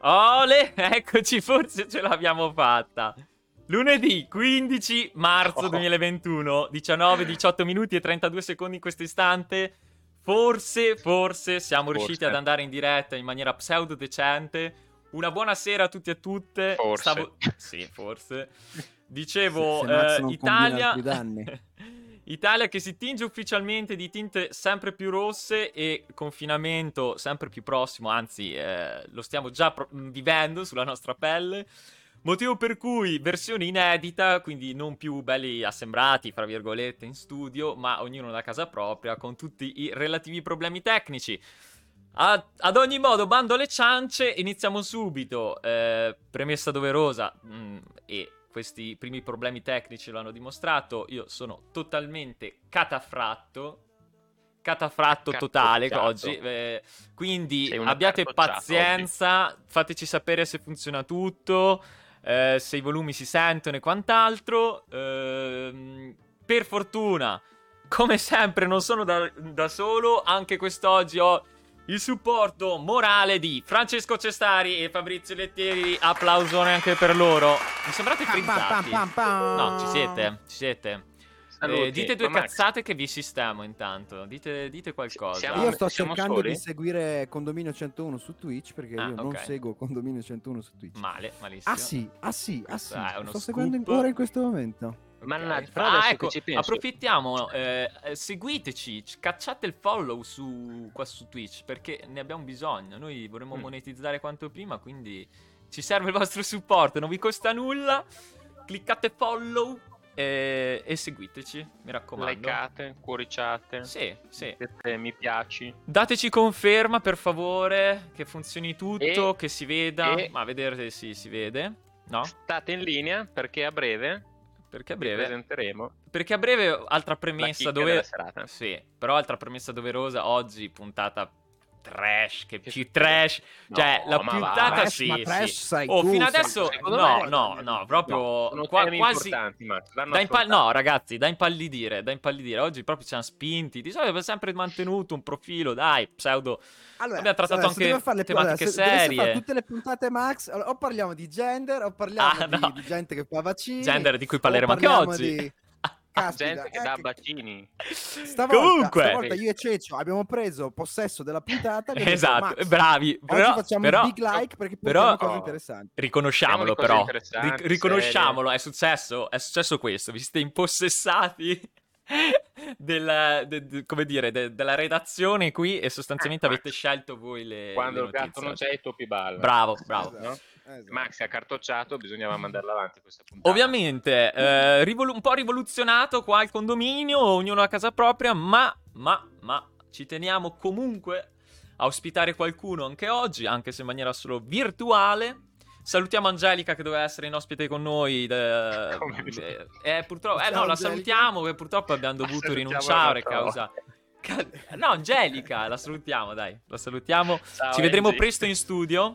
Ole, eccoci, forse ce l'abbiamo fatta. Lunedì 15 marzo 2021, 19-18 minuti e 32 secondi in questo istante. Forse siamo riusciti ad andare in diretta in maniera pseudo decente. Una buona sera a tutti e a tutte. Forse. Sì, forse. Dicevo, se Max non combina altri Italia... danni. Italia che si tinge ufficialmente di tinte sempre più rosse e confinamento sempre più prossimo, anzi lo stiamo già vivendo sulla nostra pelle, motivo per cui versione inedita, quindi non più belli assembrati, fra virgolette, in studio, ma ognuno da casa propria con tutti i relativi problemi tecnici. Ad ogni modo, bando alle ciance, iniziamo subito, premessa doverosa e... Questi primi problemi tecnici lo hanno dimostrato. Io sono totalmente catafratto totale oggi. Quindi abbiate pazienza, oggi. Fateci sapere se funziona tutto, se i volumi si sentono e quant'altro. Per fortuna, come sempre, non sono da solo. Anche quest'oggi ho il supporto morale di Francesco Cestari e Fabrizio Lettieri. Applausone anche per loro. Mi sembrate frizzati. No, ci siete. Dite due cazzate che vi sistemo intanto. Dite qualcosa. Io sto cercando di seguire Condominio 101 su Twitch, perché io non okay. seguo Condominio 101 su Twitch. Malissimo. Ah sì. Sto seguendo ora in questo momento. Mannaggia, però ecco, che ci penso. approfittiamo, seguiteci, cacciate il follow qua su Twitch, perché ne abbiamo bisogno. Noi vorremmo monetizzare quanto prima, quindi ci serve il vostro supporto, non vi costa nulla. Cliccate follow e seguiteci, mi raccomando. Likeate, cuoriciate. Sì. Mettete mi piaci. Dateci conferma, per favore, che funzioni tutto, che si veda. Ma vedere se si vede, no? State in linea, perché a breve... Perché a breve presenteremo. Perché a breve altra premessa della serata. Sì, però altra premessa doverosa oggi, puntata trash, che più trash. No, cioè, la puntata sì. Ma trash sai fino adesso no, proprio sono quasi importanti, Max. No, ragazzi, da impallidire. Oggi proprio ci hanno spinti. Di solito abbiamo sempre mantenuto un profilo, dai, pseudo. Allora, abbiamo trattato anche tematiche serie. Fare tutte le puntate, Max, o parliamo di gender, o parliamo di gente che fa vaccini. Gender di cui parleremo anche oggi. Gente che dà bacini. Stavolta io e Ceccio abbiamo preso possesso della puntata. Esatto, Max, bravi. Oggi facciamo un big like perché portiamo cose interessanti. Riconosciamolo però. Riconosciamolo, è successo questo. Vi siete impossessati della redazione qui e sostanzialmente avete scelto voi le quando le il gatto non c'è, i topi ballano. Bravo. No? Esatto. Max è accartocciato, bisognava mandarla avanti questa puntata. Ovviamente un po' rivoluzionato qua il condominio, ognuno a casa propria, ma ci teniamo comunque a ospitare qualcuno anche oggi, anche se in maniera solo virtuale. Salutiamo Angelica che doveva essere in ospite con noi. Purtroppo, la salutiamo, che purtroppo abbiamo dovuto rinunciare causa. No, Angelica, la salutiamo, dai. La salutiamo. Ciao, ci vedremo Angie. presto in studio.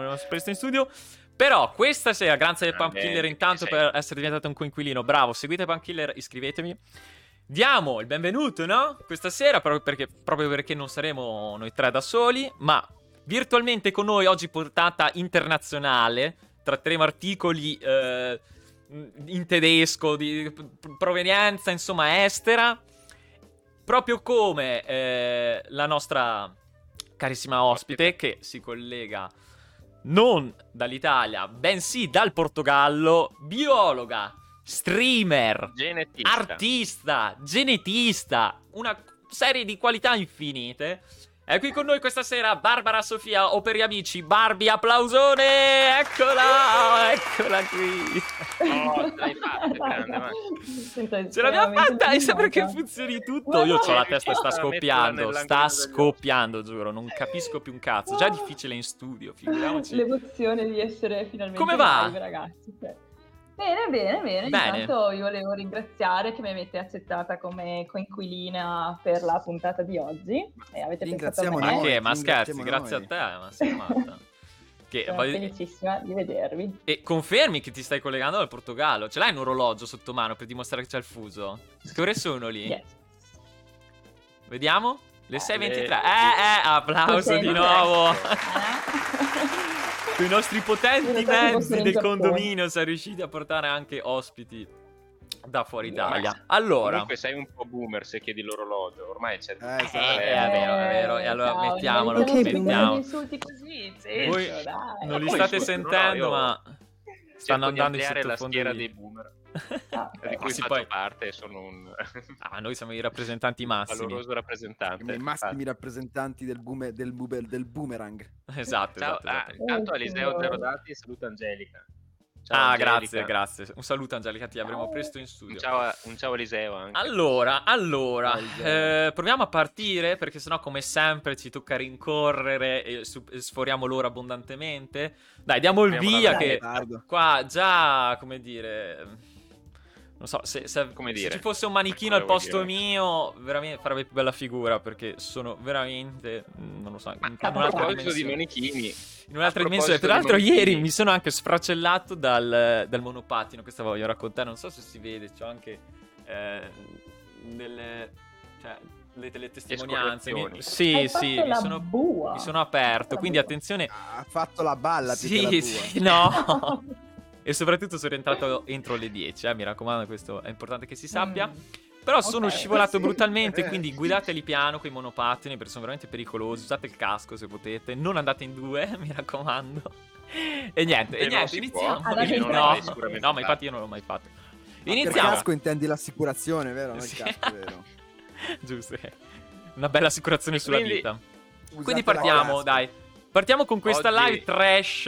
Però questa sera, grazie a Pumpkiller intanto per essere diventato un coinquilino. Bravo, seguite Pumpkiller, iscrivetevi. Diamo il benvenuto, no? Questa sera, proprio perché non saremo noi tre da soli, ma virtualmente con noi oggi portata internazionale. Tratteremo articoli in tedesco, di provenienza, insomma, estera. Proprio come la nostra carissima ospite che si collega non dall'Italia, bensì dal Portogallo, biologa, streamer, artista, genetista, una serie di qualità infinite. È qui con noi questa sera Barbara Sofia, o per gli amici Barbie, applausone, eccola qui. L'hai fatta, grande, ma... Ce l'abbiamo fatta, e sembra che funzioni tutto. Io ho la testa, sta scoppiando, giuro, non capisco più un cazzo. Già è difficile in studio, figuriamoci. L'emozione di essere finalmente come va? live, ragazzi. Bene. Intanto vi volevo ringraziare che mi avete accettata come coinquilina per la puntata di oggi. E avete pensato a me. Ma scherzi, grazie a te, ma sei matta. Sono felicissima di vedervi. E confermi che ti stai collegando dal Portogallo? Ce l'hai un orologio sotto mano per dimostrare che c'è il fuso? Che ore sono lì? Yes. Vediamo? Le 6:23. Applauso di nuovo. con i nostri potenti mezzi del condominio siamo riusciti a portare anche ospiti da fuori Italia. Allora, comunque sei un po' boomer se chiedi l'orologio, ormai c'è è vero, e allora mettiamolo, mettiamo. Insulti così, voi non li state sentendo, ma stanno andando in la sottofondo schiera dei boomer. Di cui faccio parte, sono un noi siamo i rappresentanti massimi, valoroso rappresentante, i massimi rappresentanti del boomerang. Esatto. Intanto Eliseo Zero Dati saluta Angelica. Ciao, Angelica. grazie. Un saluto Angelica, ti avremo presto in studio. Un ciao Eliseo anche. Allora, proviamo a partire, perché sennò come sempre ci tocca rincorrere e sforiamo l'ora abbondantemente. Dai, diamo il via che qua già, come dire... Non so, se ci fosse un manichino al posto mio, veramente farebbe più bella figura, perché sono veramente, non lo so, in un'altra di manichini. In un'altra dimensione. Tra l'altro ieri mi sono anche sfracellato dal monopattino, questa voglio raccontare, non so se si vede, c'ho anche delle testimonianze. Sì, mi sono aperto, quindi attenzione. Ha fatto la balla. Sì, no. E soprattutto sono rientrato entro le 10, mi raccomando, questo è importante che si sappia. Però sono scivolato brutalmente, quindi guidateli piano quei monopattini, perché sono veramente pericolosi. Usate il casco se potete, non andate in due, mi raccomando. E niente, iniziamo. No, ma infatti io non l'ho mai fatto. Iniziamo. Per casco intendi l'assicurazione, vero? Non il casco, vero? Giusto. Una bella assicurazione sulla vita. Quindi partiamo, dai. Partiamo con questa live trash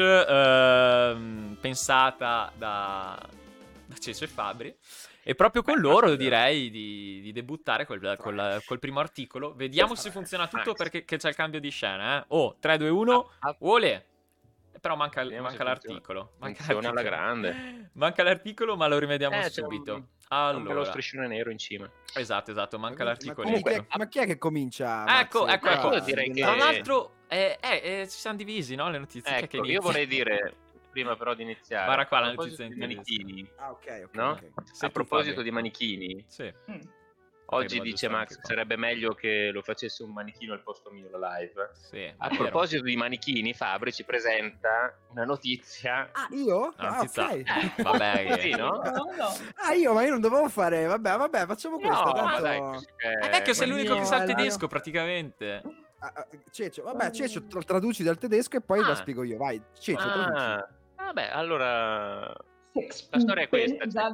pensata da Cece e Fabri. E proprio con loro direi di debuttare col primo articolo. Vediamo se funziona tutto, perché c'è il cambio di scena. 3, 2, 1. Vuole. Però manca l'articolo. Funziona alla grande. Manca l'articolo, ma lo rimediamo subito. Allora, lo striscione nero in cima. Esatto, manca l'articolo. Ma chi è che comincia? Ecco. Direi che... Tra l'altro, ci siamo divisi, no? Le notizie. Ecco, io vorrei dire, prima però di iniziare, guarda qua la notizia di manichini. Ok. No? A proposito di manichini. Sì. Oggi dice Max, sarebbe meglio che lo facesse un manichino al posto mio la live. Sì, a proposito di manichini, Fabri ci presenta una notizia. Io? Ok. Vabbè, sì, no? No. Io non dovevo fare. Vabbè, facciamo questo. No, tanto... dai, è vecchio, sei l'unico che sa il tedesco praticamente. Ceccio, traduci dal tedesco e poi lo spiego io. Vai, Ceccio, traduci. Vabbè, allora la storia è questa.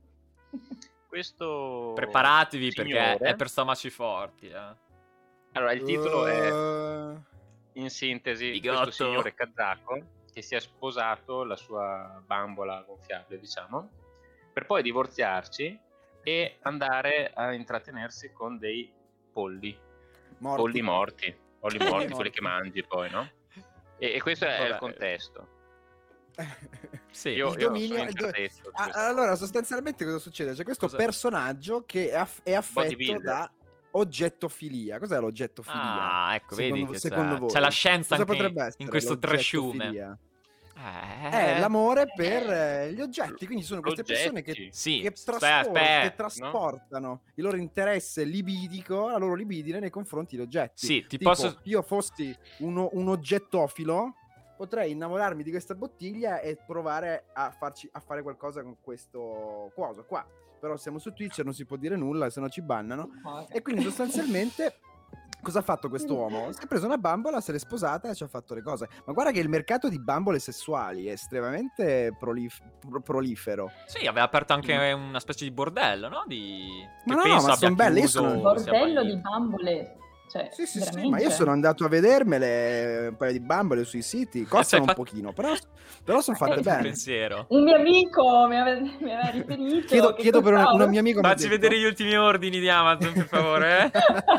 Questo preparatevi, signore, perché è per stomaci forti. Allora, il titolo è, in sintesi, Bigotto. questo signore kazako che si è sposato la sua bambola gonfiabile, diciamo, per poi divorziarci e andare a intrattenersi con dei polli morti, quelli che mangi poi, no? E questo è il contesto. Sì, io allora, sostanzialmente cosa succede? C'è questo personaggio che è affetto da oggettofilia. Cos'è l'oggettofilia? Ecco, vedi che secondo voi c'è la scienza cosa anche in questo trashume. È l'amore per gli oggetti, quindi sono queste persone che trasportano il loro interesse libidico, la loro libidine nei confronti degli oggetti. Sì, io fossi un oggettofilo, potrei innamorarmi di questa bottiglia e provare a fare qualcosa con questo coso qua. Però siamo su Twitch e non si può dire nulla, se no ci bannano. E quindi sostanzialmente cosa ha fatto quest'uomo? Si è preso una bambola, se l'è sposata e ci ha fatto le cose. Ma guarda che il mercato di bambole sessuali è estremamente prolifero. Sì, aveva aperto anche una specie di bordello, no? Ma sono belle. Io sono un bordello di bambole. Cioè, sì, ma io sono andato a vedermele un paio di bambole sui siti, costano un pochino, però sono fatte bene. Pensiero. Un mio amico mi aveva riferito. Chiedo per un mio amico. Facci vedere gli ultimi ordini di Amazon, per favore.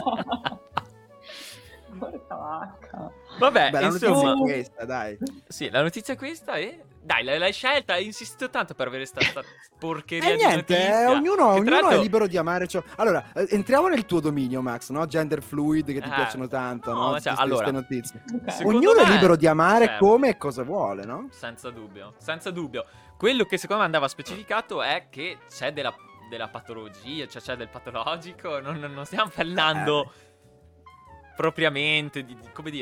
Porca vacca. Vabbè, la notizia è questa, dai. Sì, la notizia è questa e... Dai, l'hai scelta, hai insistito tanto per avere sta porcheria di notizia. Ognuno è libero di amare ciò. Allora, entriamo nel tuo dominio, Max, no? Gender fluid, che ti piacciono tanto, no? Allora, notizie. Okay. Ognuno è libero di amare come e cosa vuole, no? Senza dubbio. Quello che secondo me andava specificato è che c'è della patologia, cioè c'è del patologico, non stiamo parlando propriamente di come dire.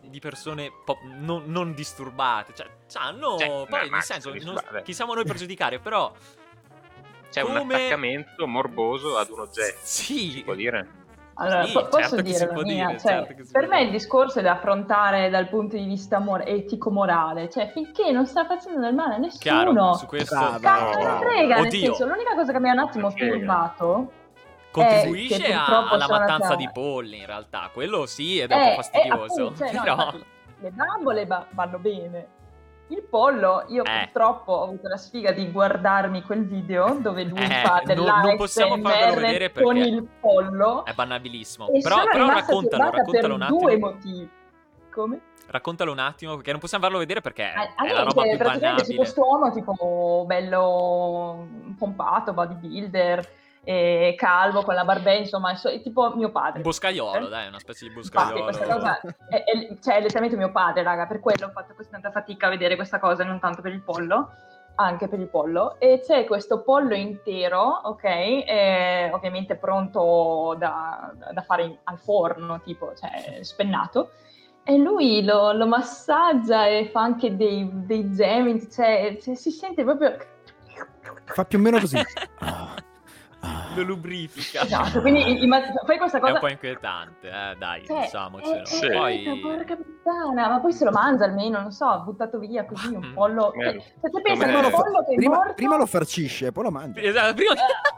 di persone non disturbate, cioè poi nel senso chi siamo noi per giudicare, però c'è un attaccamento morboso ad un oggetto, si può dire. Allora, posso dire la mia, per me il discorso è da affrontare dal punto di vista etico-morale, cioè finché non sta facendo del male a nessuno, chiaro, su questo cazzo ne frega, nel senso, l'unica cosa che mi ha un attimo turbato contribuisce alla mattanza di polli, in realtà, quello sì, ed è un po' fastidioso, appunto, però le bambole vanno bene. Il pollo, io purtroppo ho avuto la sfiga di guardarmi quel video dove lui fa non possiamo farvelo vedere perché con il pollo. È bannabilissimo. E però raccontalo per un attimo. 2 motivi. Come? Raccontalo un attimo, perché non possiamo farlo vedere perché è la roba più bannabile. C'è quest'uomo tipo bello pompato, bodybuilder, calvo con la barbè, insomma, è tipo mio padre. Un boscaiolo, dai, una specie di boscaiolo. Questa cosa è letteralmente mio padre, raga, per quello ho fatto così tanta fatica a vedere questa cosa, non tanto per il pollo, anche per il pollo. E c'è questo pollo intero, ok, ovviamente pronto da fare al forno, tipo, cioè spennato, e lui lo massaggia e fa anche dei gemiti, cioè si sente proprio... Fa più o meno così. Lo lubrifica. Esatto, quindi poi questa cosa è un po' inquietante, dai, diciamocelo. Poi... porca puttana, ma poi se lo mangia almeno, non so, buttato via così un pollo. Se tu pensi a un pollo che è morto... Prima lo farcisce, poi lo mangia. Esatto, prima...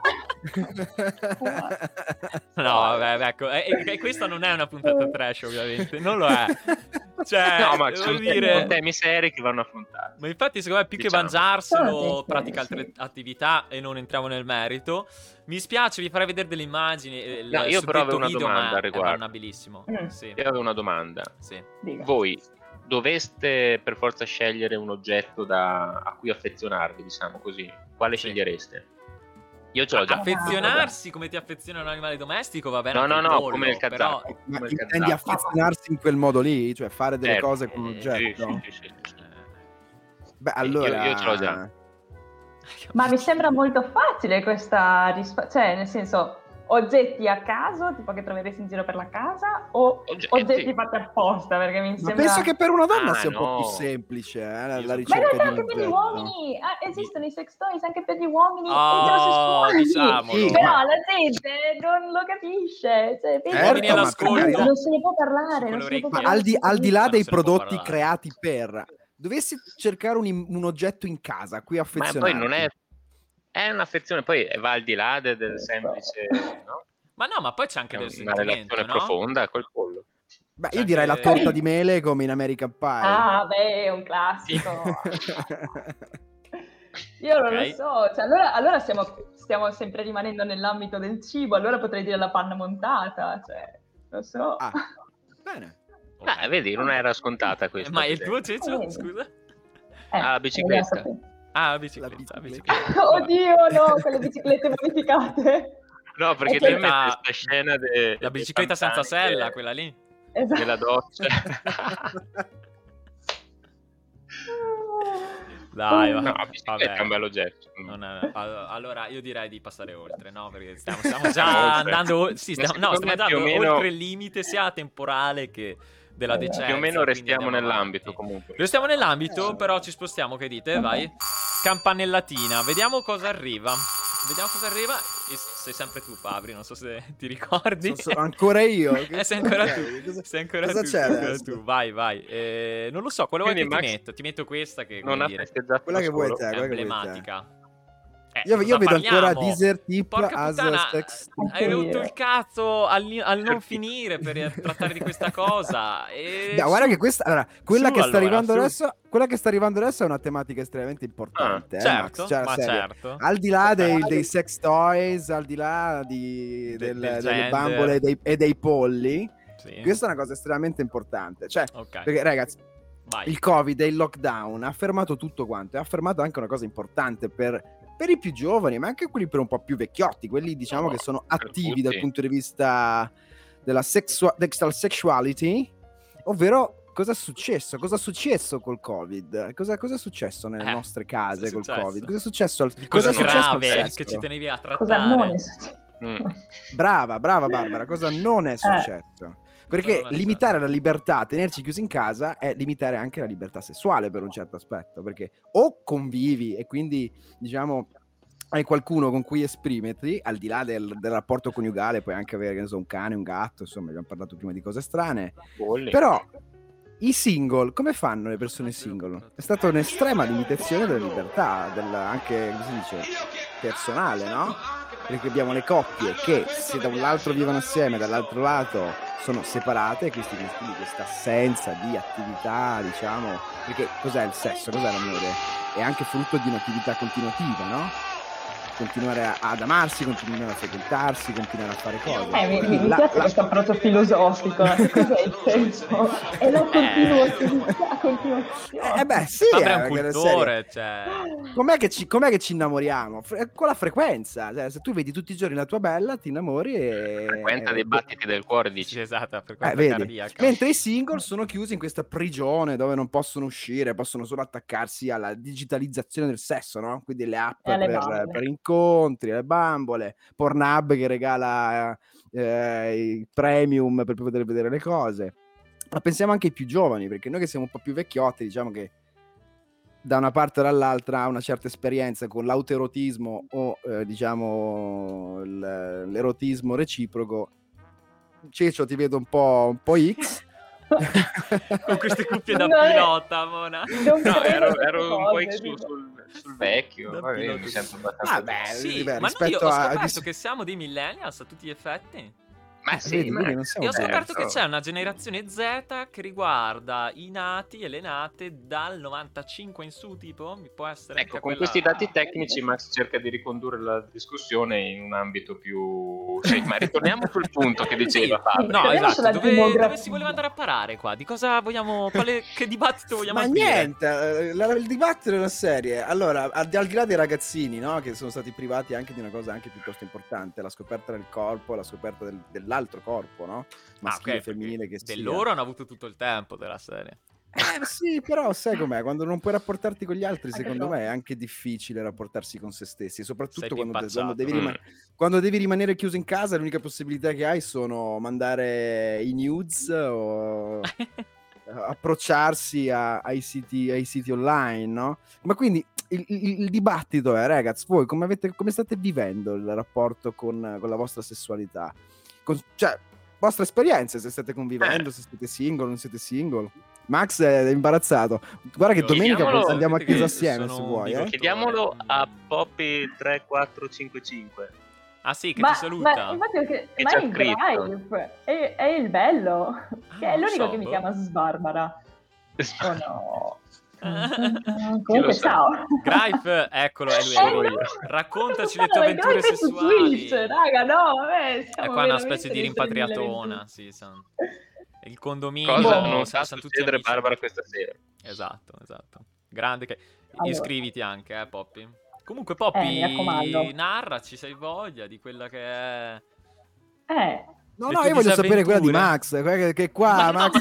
No, vabbè, ecco, e questa non è una puntata trash, ovviamente, non lo è. Cioè, no, ma sono temi seri che vanno affrontati. Ma infatti, secondo me, più che mangiarselo, pratica altre attività e non entriamo nel merito. Mi spiace, vi farei vedere delle immagini. Io però avevo una domanda a riguardo. È bannabilissimo. Sì. Io avevo una domanda. Sì. Voi doveste per forza scegliere un oggetto a cui affezionarvi, diciamo così. Quale scegliereste? Io ce l'ho già. Affezionarsi come ti affeziona un animale domestico, va bene. No, come il kazako. Ma intendi affezionarsi in quel modo lì? Cioè fare delle cose con un oggetto? Sì. Beh, allora... Io ce l'ho già. Ma mi sembra molto facile questa risposta, cioè nel senso, oggetti a caso, tipo che troveresti in giro per la casa, o oggetti fatti apposta, perché mi sembra... Ma penso che per una donna sia un po' più semplice la ricerca di un anche per gli uomini, esistono i sex toys anche per gli uomini eterosessuali, diciamolo. Però la gente non lo capisce, cioè, non se ne può parlare, al di là dei prodotti creati per... Dovessi cercare un oggetto in casa a cui affezionarti. Ma poi non è un'affezione, poi va al di là del semplice, no? Ma no, ma poi c'è anche del sentimento, una relazione profonda col pollo. Beh, io direi la torta di mele come in American Pie. Ah, beh, è un classico. Io non lo so, cioè, allora stiamo sempre rimanendo nell'ambito del cibo, allora potrei dire la panna montata, cioè, lo so. Bene. Vedi, non era scontata questa. Ma il tuo Ceccio, scusa? La bicicletta. La bicicletta. Oddio, no, quelle biciclette modificate. No, perché te metti questa scena la bicicletta senza sella, quella lì. Esatto. Nella doccia. Dai, no, bicicletta è un bel oggetto. Allora io direi di passare oltre, no? Perché stiamo già andando stiamo andando oltre il limite sia temporale che della decenza. Più o meno restiamo nell'ambito comunque. Restiamo nell'ambito, però ci spostiamo, che dite? Vai. Campanellatina, vediamo cosa arriva. E sei sempre tu, Fabri, non so se ti ricordi. Ancora io? Sei ancora tu. Sei ancora tu. Vai. Non lo so, quello che ti metto. Ti metto questa che non ha festeggiato. Quella che vuoi te, è emblematica. Io vedo ancora Desert Tip as sex. Hai rotto il cazzo al non finire per trattare di questa cosa. Guarda che questa, quella che sta arrivando adesso è una tematica estremamente importante. Certo, Max, certo. Al di là dei sex toys, al di là delle bambole e dei polli, questa è una cosa estremamente importante. Cioè, perché ragazzi, il Covid e il lockdown ha fermato tutto quanto, e ha fermato anche una cosa importante per i più giovani, ma anche quelli per un po' più vecchiotti, quelli diciamo che sono attivi dal punto di vista della sexuality, ovvero cosa è successo? Cosa è successo col Covid? Cosa è successo nelle nostre case col Covid? Cosa è successo? Cosa grave che ci tenevi a trattare? Brava Barbara, cosa non è successo? Perché Non è limitare la libertà, tenerci chiusi in casa, è limitare anche la libertà sessuale per un certo aspetto, perché o convivi e quindi, diciamo, hai qualcuno con cui esprimerti, al di là del rapporto coniugale, puoi anche avere, che ne so, un cane, un gatto, insomma, abbiamo parlato prima di cose strane, però i single, come fanno le persone single? È stata un'estrema limitazione della libertà, anche, come si dice, personale, no? Perché abbiamo le coppie che se da un lato vivono assieme, dall'altro lato sono separate, quindi questa assenza di attività, diciamo, perché cos'è il sesso, cos'è l'amore? È anche frutto di un'attività continuativa, no? Continuare ad amarsi, continuare a frequentarsi, continuare a fare cose. Mi piace questo approccio filosofico. Cos'è il senso? È la continuazione. Beh, sì. Vabbè, è un cultore, cioè. Com'è che ci innamoriamo? Con la frequenza. Cioè, se tu vedi tutti i giorni la tua bella, ti innamori e... Frequenta dei battiti del cuore, dici. Sì, esatto, frequenza vedi. cardiaca. Mentre i single sono chiusi in questa prigione dove non possono uscire, possono solo attaccarsi alla digitalizzazione del sesso, no? Quindi le app per incontri, le bambole, Pornhub che regala i premium per poter vedere le cose. Ma pensiamo anche ai più giovani, perché noi che siamo un po' più vecchiotti, diciamo che da una parte o dall'altra ha una certa esperienza con l'autoerotismo o diciamo l'erotismo reciproco. Ciccio, ti vedo un po' X. Con queste cuffie da pilota, Mona. No, ero un po' sul vecchio. Vabbè, mi sento abbastanza. Sì, beh, ma io ho a scoperto che siamo dei millennials a tutti gli effetti. Ma sì, non E ho scoperto che c'è una generazione Z che riguarda i nati e le nate dal 95 in su, tipo? Mi può essere ecco, anche con quella... questi dati tecnici Max cerca di ricondurre la discussione in un ambito più... Sì, ma ritorniamo sul punto che diceva Fabio. No, esatto, dove si voleva andare a parare qua? Di cosa vogliamo... che dibattito vogliamo aprire? Ma niente, il dibattito è una serie. Allora, al di là dei ragazzini, no? Che sono stati privati anche di una cosa anche piuttosto importante, la scoperta del corpo, la scoperta dell'altro corpo, no? Maschile, femminile, che sia. Loro hanno avuto tutto il tempo della serie. Sì, però sai com'è? Quando non puoi rapportarti con gli altri, secondo me è anche difficile rapportarsi con se stessi, soprattutto quando devi rimanere chiuso in casa. L'unica possibilità che hai sono mandare i nudes o approcciarsi ai siti online, no? Ma quindi il dibattito è, ragazzi, voi come state vivendo il rapporto con la vostra sessualità? Cioè, vostre esperienze, se state convivendo, se siete single, non siete single. Max è imbarazzato. Guarda che domenica andiamo a chiesa assieme, se vuoi. Chiediamolo a Poppy3455. Ah sì, che ti saluta. Ma è in Drive, è il bello, che è l'unico che mi chiama Sbarbara. Oh no. Comunque ciao Grife, eccolo, è lui. Raccontaci le tue avventure sessuali. Twitch, raga, no, è qua una specie di rimpatriatona, sì, il condominio. Cosa non sa succedere Barbara questa sera. Esatto. Grande iscriviti anche, Poppy. Comunque Poppy, narraci, se hai voglia di quella che è No, io voglio sapere quella di Max, che qua Max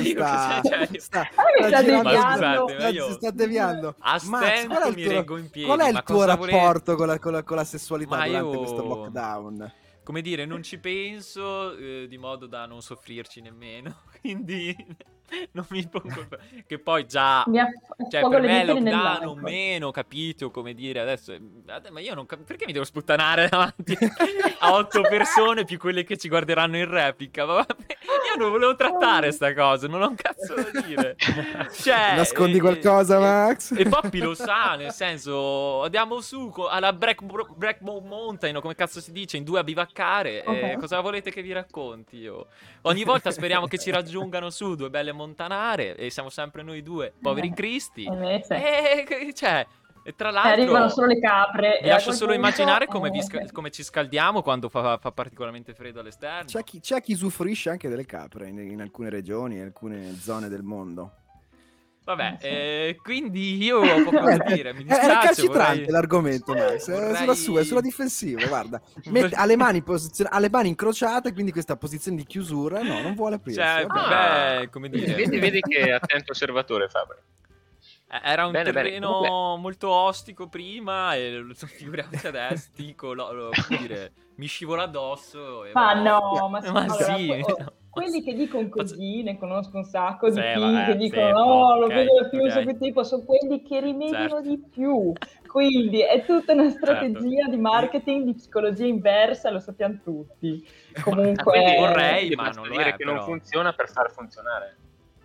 si sta deviando. A stento mi reggo in piedi. Qual è il tuo rapporto con la sessualità durante questo lockdown? Come dire, non ci penso di modo da non soffrirci nemmeno, quindi non mi pongo... Che poi già... Cioè, per me lockdown o meno, capito, come dire, adesso... Ma io non capisco... Perché mi devo sputtanare davanti a 8 persone più quelle che ci guarderanno in replica? Ma vabbè, io non volevo trattare sta cosa, non ho un cazzo da dire. Cioè, nascondi qualcosa, Max? E Poppy lo sa, nel senso, andiamo su alla Black Mountain, o come cazzo si dice, in 2 a bivaccare. Cosa volete che vi racconti io? Ogni volta speriamo che ci raggiungano su 2 belle montanare e siamo sempre noi 2 poveri cristi. E tra l'altro arrivano solo le capre. Mi lascio solo immaginare come ci scaldiamo quando fa particolarmente freddo all'esterno. C'è chi usufruisce anche delle capre in alcune regioni, in alcune zone del mondo. Vabbè, quindi io ho poco da dire. Mi dispiace, è calcitrante l'argomento, Max. È sulla difensiva, guarda. Ha le mani incrociate, quindi questa posizione di chiusura non vuole aprirsi. Cioè, come dire. Vedi che attento osservatore, Fabio. Era un Bene, bene. terreno Comunque, molto ostico prima e figuriamoci adesso, dico, come dire, mi scivola addosso e Ma vabbè. no, ma, Ma allora, sì, ma quelli che dicono Faccio- così, ne conosco un sacco Sì, di team che sì, dicono boh, no, lo vedo ok, più su ok, quel tipo, sono quelli che rimediano certo, di più. Quindi è tutta una certo. strategia di marketing, di psicologia inversa, lo sappiamo tutti. quindi, Comunque, Vorrei, quindi ma basta non lo dire è, che non però. funziona per far funzionare.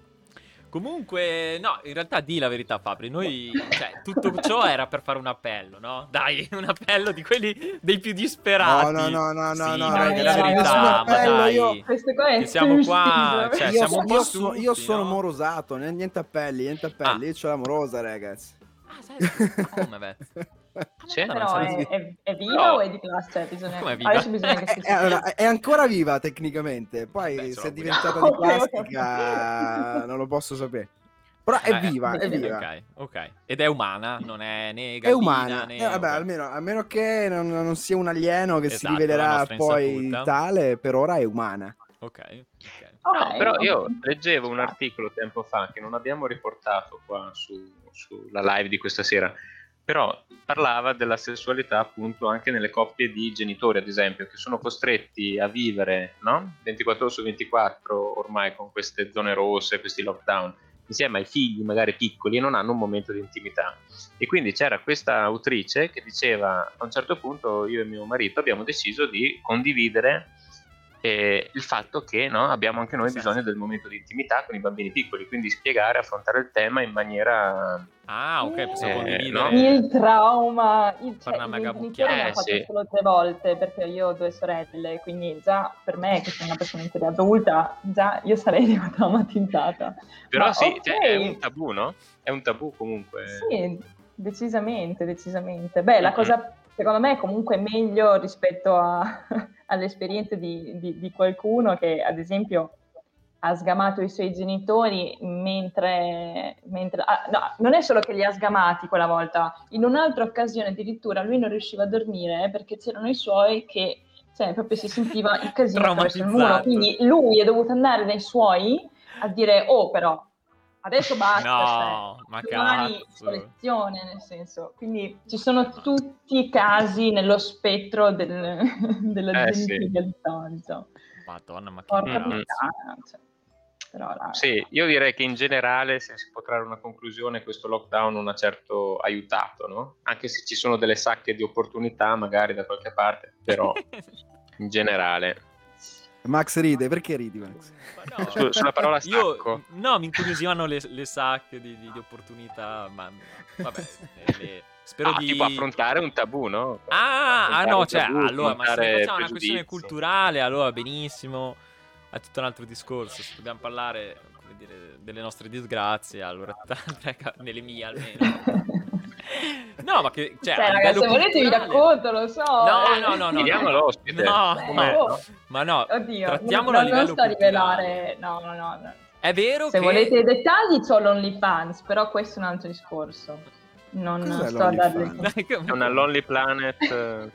Comunque, no, in realtà di la verità, Fabri. Noi, cioè, tutto ciò era per fare un appello, no? Dai, un appello di quelli dei più No, disperati. Sì, no, dai, raga, di la raga, nessun verità, ma appello, dai, questo qua che è siamo suicide. qua, cioè, siamo un po' io stufi, sono no? morosato, niente appelli, Ah, io c'ho l'amorosa, ragazzi. sai, ma come, Vez? Ah, ma Sì? guarda, non Però sapevo. Sì. è viva Però, o è di classe? Cioè, Ma bisogna... com'è viva? Adesso bisogna che si Allora, è ancora viva tecnicamente, poi Vabbè, ce se è l'auguriamo. diventata di Ok, plastica non lo posso sapere. Però è viva, è bene. viva. Ok. Ed è umana, non è né È gallina umana, né... vabbè, ok. a meno che non sia un alieno che si Esatto, la rivelerà nostra poi insaputa. tale, per ora è umana. Ok. no, però Ok. io leggevo un articolo tempo fa che non abbiamo riportato qua sulla live di questa sera, però parlava della sessualità appunto anche nelle coppie di genitori, ad esempio, che sono costretti a vivere, no? 24 ore su 24 ormai con queste zone rosse, questi lockdown, insieme ai figli magari piccoli e non hanno un momento di intimità. E quindi c'era questa autrice che diceva a un certo punto io e mio marito abbiamo deciso di condividere il fatto che no, abbiamo anche noi bisogno del momento di intimità con i bambini piccoli, quindi spiegare, affrontare il tema in maniera Ah, ok, pensavo no? condividere. Il trauma, Fare una i mega miei genitori mucchiata. l'hanno fatto sì. solo 3 volte perché io ho 2 sorelle, quindi già per me, che sono una persona in teoria adulta, già io sarei rimasta traumatizzata. Però Ma sì, ok, cioè, è un tabù, no? È un tabù comunque. sì, decisamente, decisamente. Beh, la Mhm. cosa secondo me è comunque meglio rispetto alle esperienze di qualcuno che, ad esempio, ha sgamato i suoi genitori mentre no, non è solo che li ha sgamati quella volta, in un'altra occasione addirittura lui non riusciva a dormire perché c'erano i suoi che, cioè, proprio si sentiva il casino attraverso il muro, Traumatizzato. quindi lui è dovuto andare dai suoi a dire, oh però, adesso basta, No, cioè, ma domani cazzo. lezione, nel senso, quindi ci sono tutti i casi nello spettro della Sì. genitorialità, diciamo. Madonna, ma che Porca Mm. puttana, cioè. Però Sì, io direi che in generale, se si può trarre una conclusione, questo lockdown non ha certo aiutato, no? Anche se ci sono delle sacche di opportunità magari da qualche parte, però in generale. Max ride, perché ridi, Max? Ma no, Sulla parola sacco. no, mi incuriosivano le sacche di opportunità, ma vabbè, spero di... Tipo affrontare un tabù, no? No, un cioè, tabù, allora, ma se ne affrontare facciamo una questione pregiudizi. culturale, allora benissimo, è tutto un altro discorso, se dobbiamo parlare, come dire, delle nostre disgrazie, allora, nelle mie almeno. No, ma che, cioè, a raga, livello se volete vi culturale... racconto, lo so. No. Chiediamo l'ospite. No, Com'è, no. no? Ma no, Oddio, trattiamolo a non livello sto a culturale. rivelare, no. È vero Se che... volete i dettagli c'ho l'OnlyFans, però questo è un altro discorso. Non Cos'è sto a darvi... l'OnlyFans? È una Lonely Planet.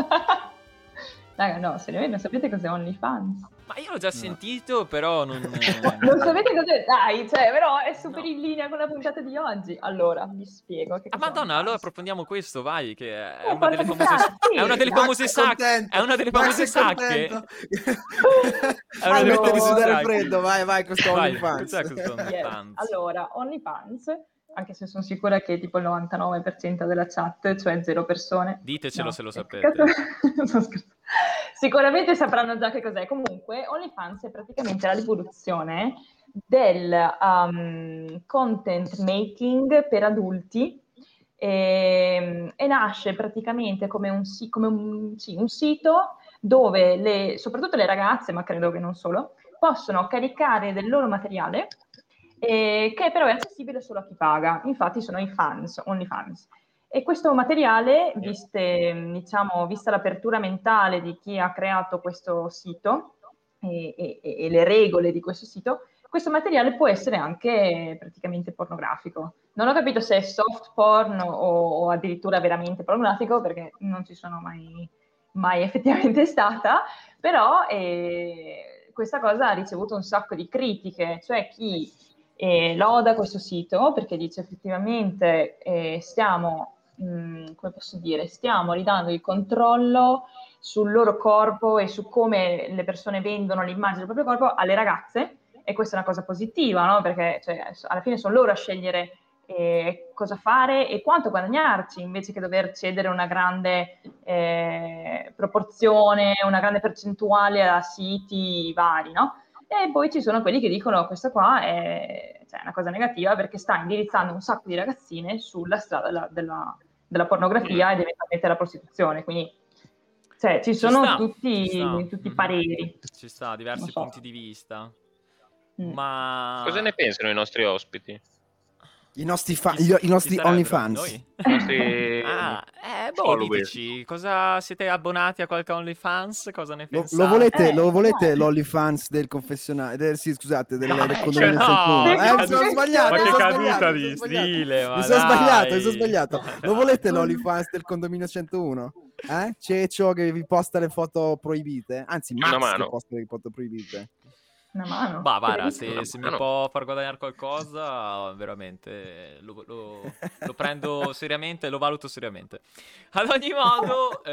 Raga, no, seriamente non sapete cos'è OnlyFans? Ma io l'ho già sentito, però non... Non sapete cos'è? Dai, cioè, però è super No. in linea con la puntata di oggi. Allora, vi spiego che Ah, cos'è Madonna, allora OnlyFans. approfondiamo questo, vai, che è Oh, una delle porca famose... puttana, sì. È una delle Max famose è sacche. contento. È una delle Max famose è sacche. contento. È una delle Smette di famose sudare sacche. freddo, vai questo Vai, OnlyFans. cos'è questo Yes. OnlyFans? Allora, OnlyFans, anche se sono sicura che tipo il 99% della chat, cioè 0 persone... Ditecelo no, se lo che sapete. cazzo- Sto scherzando. Sicuramente sapranno già che cos'è. Comunque, OnlyFans è praticamente la rivoluzione del content making per adulti e nasce praticamente come un sito dove soprattutto le ragazze, ma credo che non solo, possono caricare del loro materiale che però è accessibile solo a chi paga. Infatti sono i fans, OnlyFans. E questo materiale, vista l'apertura mentale di chi ha creato questo sito e le regole di questo sito, questo materiale può essere anche praticamente pornografico. Non ho capito se è soft porn o addirittura veramente pornografico, perché non ci sono mai effettivamente stata, però questa cosa ha ricevuto un sacco di critiche, cioè chi E loda questo sito perché dice effettivamente stiamo, come posso dire, stiamo ridando il controllo sul loro corpo e su come le persone vendono l'immagine del proprio corpo alle ragazze, e questa è una cosa positiva, no? Perché alla fine sono loro a scegliere cosa fare e quanto guadagnarci, invece che dover cedere una grande proporzione, una grande percentuale a siti vari, no? E poi ci sono quelli che dicono questa qua è una cosa negativa perché sta indirizzando un sacco di ragazzine sulla strada della pornografia ed eventualmente della prostituzione, quindi ci sono tutti i pareri. Ci sta, diversi punti di vista. Ma cosa ne pensano i nostri ospiti? I nostri OnlyFans. I nostri diteci, cosa siete abbonati a qualche OnlyFans? Cosa ne pensate? Lo volete l'OnlyFans del confessionario? Sì, scusate, del condominio 101. Mi sono sbagliato. Ma che caduta di stile, mi sono sbagliato. Lo volete l'OnlyFans del condominio 101? Cecio che vi posta le foto proibite? Anzi, Max che posta le foto proibite. Una mano. Bah, guarda, se mi può far guadagnare qualcosa, veramente lo prendo seriamente, lo valuto seriamente. Ad ogni modo,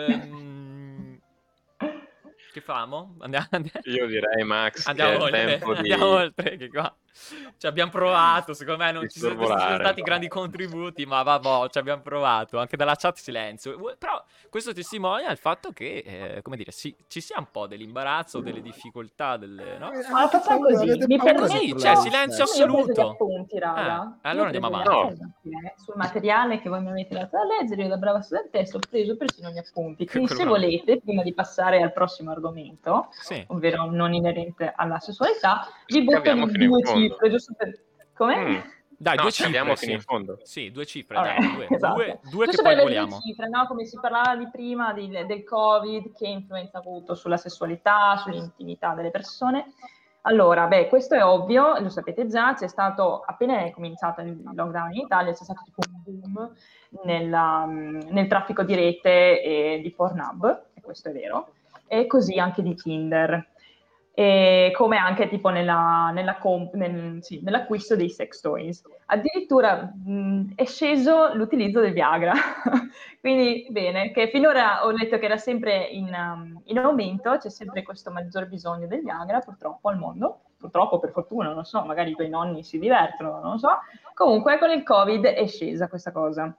che famo? Io direi, Max, andiamo oltre, tempo andiamo oltre, che qua ci abbiamo provato, secondo me non ci sono stati grandi contributi, ma vabbè, ci abbiamo provato, anche dalla chat silenzio. Però questo testimonia il fatto che, come dire, ci sia un po' dell'imbarazzo, delle difficoltà, no? Ma facciamo così, mi permetto, silenzio assoluto. Io ho preso gli appunti, raga. Allora andiamo avanti. Sul materiale che voi mi avete dato da leggere, io da brava studentessa ho preso persino gli appunti. Quindi se volete, prima di passare al prossimo argomento, ovvero non inerente alla sessualità, vi butto in 2 cifre, giusto per... Come? Dai, 2 cifre. Andiamo fino in fondo. Sì, 2 cifre, esatto. due che poi vogliamo. 2 cifre, no? Come si parlava di prima del Covid, che influenza ha avuto sulla sessualità, sull'intimità delle persone. Allora, questo è ovvio, lo sapete già, c'è stato, appena è cominciato il lockdown in Italia, c'è stato tipo un boom nel traffico di rete e di Pornhub, e questo è vero, e così anche di Tinder. E come anche tipo nell'acquisto dei sex toys. Addirittura è sceso l'utilizzo del Viagra. Quindi bene, che finora ho letto che era sempre in aumento, c'è sempre questo maggior bisogno del Viagra purtroppo al mondo, purtroppo per fortuna, non so, magari i tuoi nonni si divertono, non lo so. Comunque con il Covid è scesa questa cosa.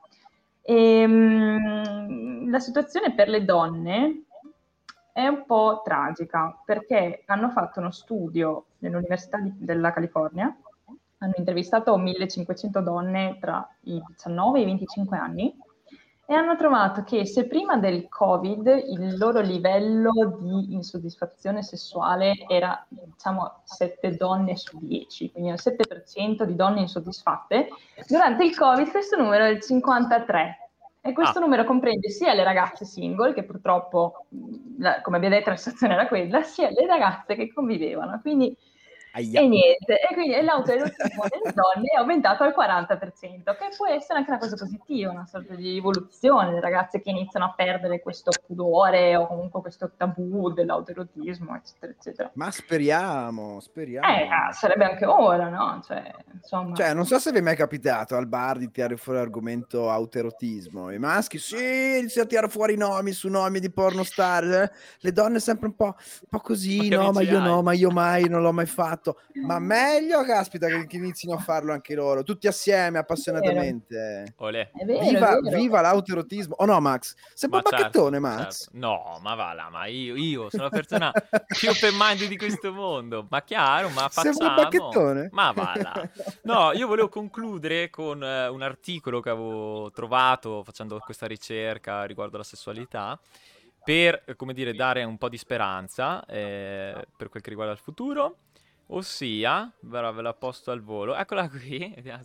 La situazione per le donne è un po' tragica perché hanno fatto uno studio nell'Università della California, hanno intervistato 1500 donne tra i 19 e i 25 anni e hanno trovato che se prima del Covid il loro livello di insoddisfazione sessuale era, diciamo, 7 donne su 10, quindi il 7% di donne insoddisfatte, durante il Covid questo numero è il 53%. E questo numero comprende sia le ragazze single, che purtroppo, come abbiamo detto, la situazione era quella, sia le ragazze che convivevano. Quindi, e niente. E quindi l'autoerotismo delle donne è aumentato al 40%, che può essere anche una cosa positiva, una sorta di evoluzione, le ragazze che iniziano a perdere questo pudore o comunque questo tabù dell'autoerotismo, eccetera, eccetera. Ma speriamo. Sarebbe anche ora, no? Insomma. Non so se vi è mai capitato al bar di tirare fuori l'argomento autoerotismo. I maschi, iniziano a tirare fuori nomi su nomi di pornostar. Le donne sempre un po' così, ma io mai non l'ho mai fatto. Ma meglio, caspita, che inizino a farlo anche loro, tutti assieme, appassionatamente. Viva l'autoerotismo. Oh no, Max? Sei un po' bacchettone, Max? Certo. No, ma va là, ma io sono la persona più open mind di questo mondo. Ma chiaro, ma facciamo. Sei un po' bacchettone? Ma va là. No, io volevo concludere con un articolo che avevo trovato facendo questa ricerca riguardo alla sessualità, per, come dire, dare un po' di speranza per quel che riguarda il futuro. Ossia, ve la posto al volo, eccola qui, vediamo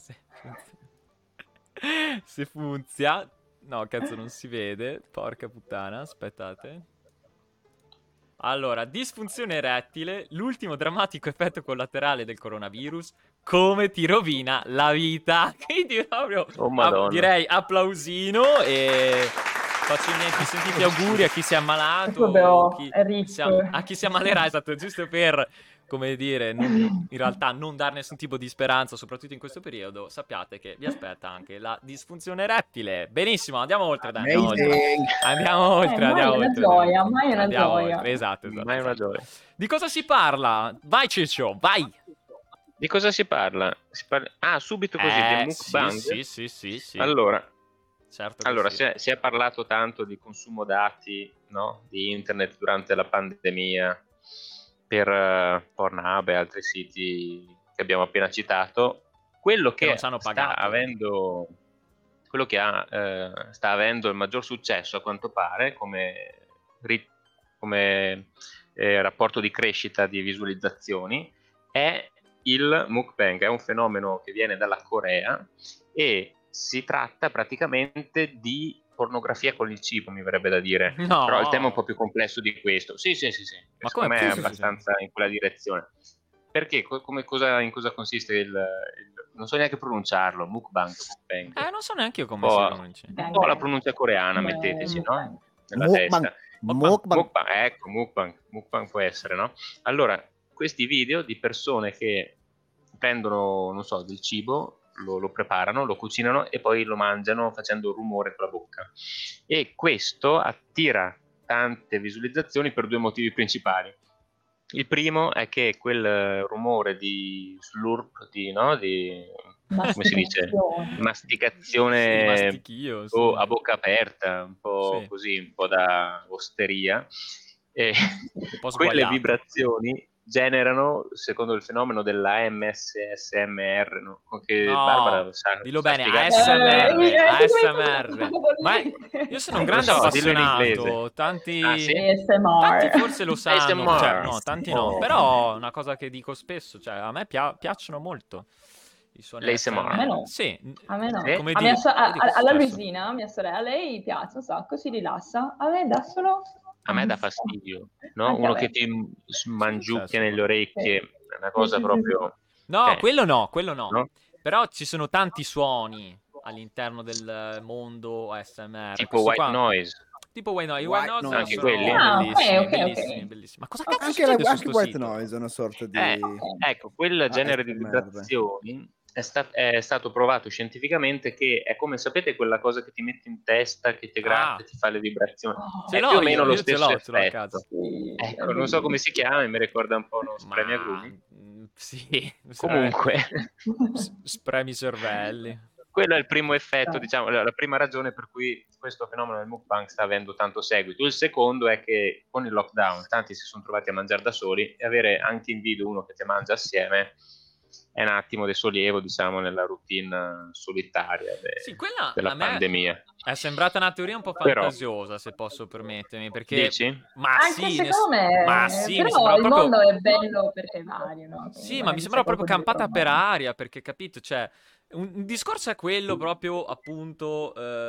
se funziona. No, cazzo, non si vede, porca puttana, aspettate. Allora, disfunzione erettile, l'ultimo drammatico effetto collaterale del coronavirus, come ti rovina la vita. Quindi proprio, direi applausino e... faccio niente, sentite auguri a chi si è ammalato, a chi si ammalerà, esatto, giusto per, come dire, in realtà non dare nessun tipo di speranza, soprattutto in questo periodo, sappiate che vi aspetta anche la disfunzione erettile. Benissimo, andiamo oltre, dai, andiamo oltre. Andiamo oltre, andiamo mai oltre. una gioia, mai una Andiamo gioia. oltre, esatto. Mai una gioia. Di cosa si parla? Vai Ciccio, vai! Di cosa si parla? Subito così, del mukbang? Sì. Allora, Certo allora sì. si è parlato tanto di consumo dati, no? Di internet durante la pandemia per Pornhub e altri siti che abbiamo appena citato. Quello non che ci hanno sta pagato. avendo quello che sta avendo il maggior successo a quanto pare come rapporto di crescita di visualizzazioni è il mukbang. È un fenomeno che viene dalla Corea e si tratta praticamente di pornografia con il cibo, mi verrebbe da dire. No. Però il tema è un po' più complesso di questo. Sì. Ma secondo me come? è Sì. abbastanza in quella direzione. Perché in cosa consiste il non so neanche pronunciarlo, mukbang. Non so neanche io come Un si po'- pronuncia. Un po' la pronuncia coreana, metteteci, no? Nella Mukbang. testa. Mukbang. Ecco, mukbang può essere, no? Allora, questi video di persone che prendono, non so, del cibo, lo preparano, lo cucinano e poi lo mangiano facendo rumore con la bocca. E questo attira tante visualizzazioni per due motivi principali. Il primo è che quel rumore di slurp, come si dice? Masticazione Mastichio, sì. a bocca aperta, un po' Sì. così, un po' da osteria. E Un po' quelle sbagliato. vibrazioni generano, secondo il fenomeno della ASMR, no? Che No, Barbara lo sa, dillo sa bene, spiegare. ASMR. Ma io sono un grande Lo so, dillo in appassionato, inglese. tanti... Ah, sì? ASMR. Tanti forse lo sanno, ASMR. cioè, no, tanti no, Oh. però è una cosa che dico spesso, cioè a me piacciono molto i suoni L'ASMR. ASMR. A me no. Sì, A me no. Sì? come A dire, alla successo. Luisina, mia sorella, a lei piace un sacco, si rilassa. A me dà solo... A me dà fastidio, no? Anche a Uno me. che ti mangiucchia Successo. nelle orecchie, è una cosa proprio... No, quello no. no? Però ci sono tanti suoni all'interno del mondo ASMR. Tipo Questo white qua- noise. Tipo white noise. White White noise noise. sono Anche quelli? Ah, bellissimi, ok. bellissimi. Ma cosa cazzo Anche, succede su anche sto white sito? noise è una sorta di... Ecco, quel genere di ASMR. vibrazioni è stato provato scientificamente che è come, sapete, quella cosa che ti metti in testa, che ti gratta e ti fa le vibrazioni. Ce È l'ho più o meno io lo ce stesso l'ho a effetto. casa. Ecco, non so come si chiama, mi ricorda un po' uno spremi agrumi. Sì, Comunque, spremi cervelli. quello è il primo effetto, diciamo, la prima ragione per cui questo fenomeno del mukbang sta avendo tanto seguito. Il secondo è che con il lockdown tanti si sono trovati a mangiare da soli e avere anche in video uno che ti mangia assieme è un attimo di sollievo, diciamo, nella routine solitaria Sì, quella della a me pandemia. è sembrata una teoria un po' Però- fantasiosa, se posso permettermi, perché... Dici? Ma Anche sì, secondo me, ma sì, mi però sembrava il proprio... mondo è bello perché è vario, no? Quindi Sì, ma magari mi c'è sembrava proprio qualcuno campata dietro, per no? aria, perché capito, cioè, un discorso è quello proprio, appunto,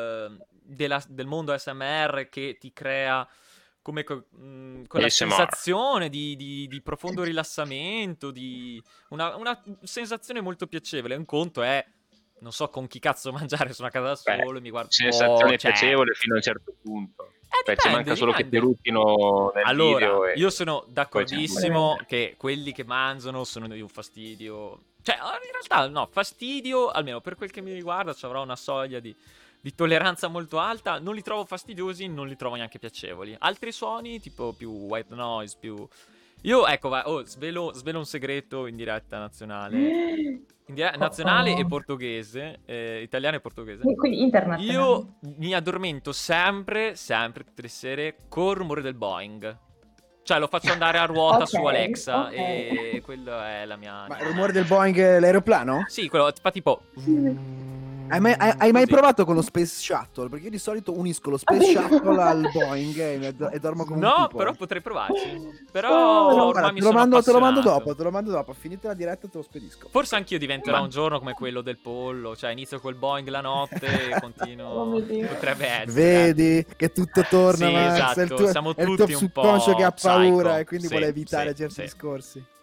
del mondo ASMR che ti crea come quella ASMR. sensazione di profondo rilassamento, di una sensazione molto piacevole. Un conto è, non so con chi cazzo mangiare, sono a casa da solo e mi guardo... Sensazione cioè, piacevole fino a un certo punto. Cioè, ci dipende, manca solo che ti dipende. ruttino nel Allora, video. io sono poi d'accordissimo c'è- che quelli che mangiano sono di un fastidio. Cioè, in realtà no, fastidio, almeno per quel che mi riguarda, ci avrò una soglia di tolleranza molto alta. Non li trovo fastidiosi, non li trovo neanche piacevoli. Altri suoni, tipo più white noise, più... Io, ecco, svelo un segreto in diretta nazionale. Nazionale e portoghese, italiano e portoghese. Quindi internazionale. Io mi addormento sempre, tutte le sere, col rumore del Boeing. Cioè lo faccio andare a ruota Ok, su Alexa ok. e quello è la mia... Ma il rumore del Boeing è l'aeroplano? Sì, quello fa tipo... Hai mai Così. provato con lo Space Shuttle? Perché io di solito unisco lo Space Shuttle al Boeing e dormo come un No, tipo. però potrei provarci. Però No, ormai guarda, mi te lo sono mando appassionato. dopo, te lo mando dopo. Finita la diretta te lo spedisco. Forse anch'io diventerò Ma- un giorno come quello del pollo. Cioè inizio col Boeing la notte e continuo... Oh mio Dio. Potrebbe essere. Vedi che tutto torna, Sì, Max. esatto, è il tuo, siamo è il tuo tutti un subconscio po' che ha paura psycho. e quindi Sì, vuole evitare sì, certi sì. discorsi. Sì.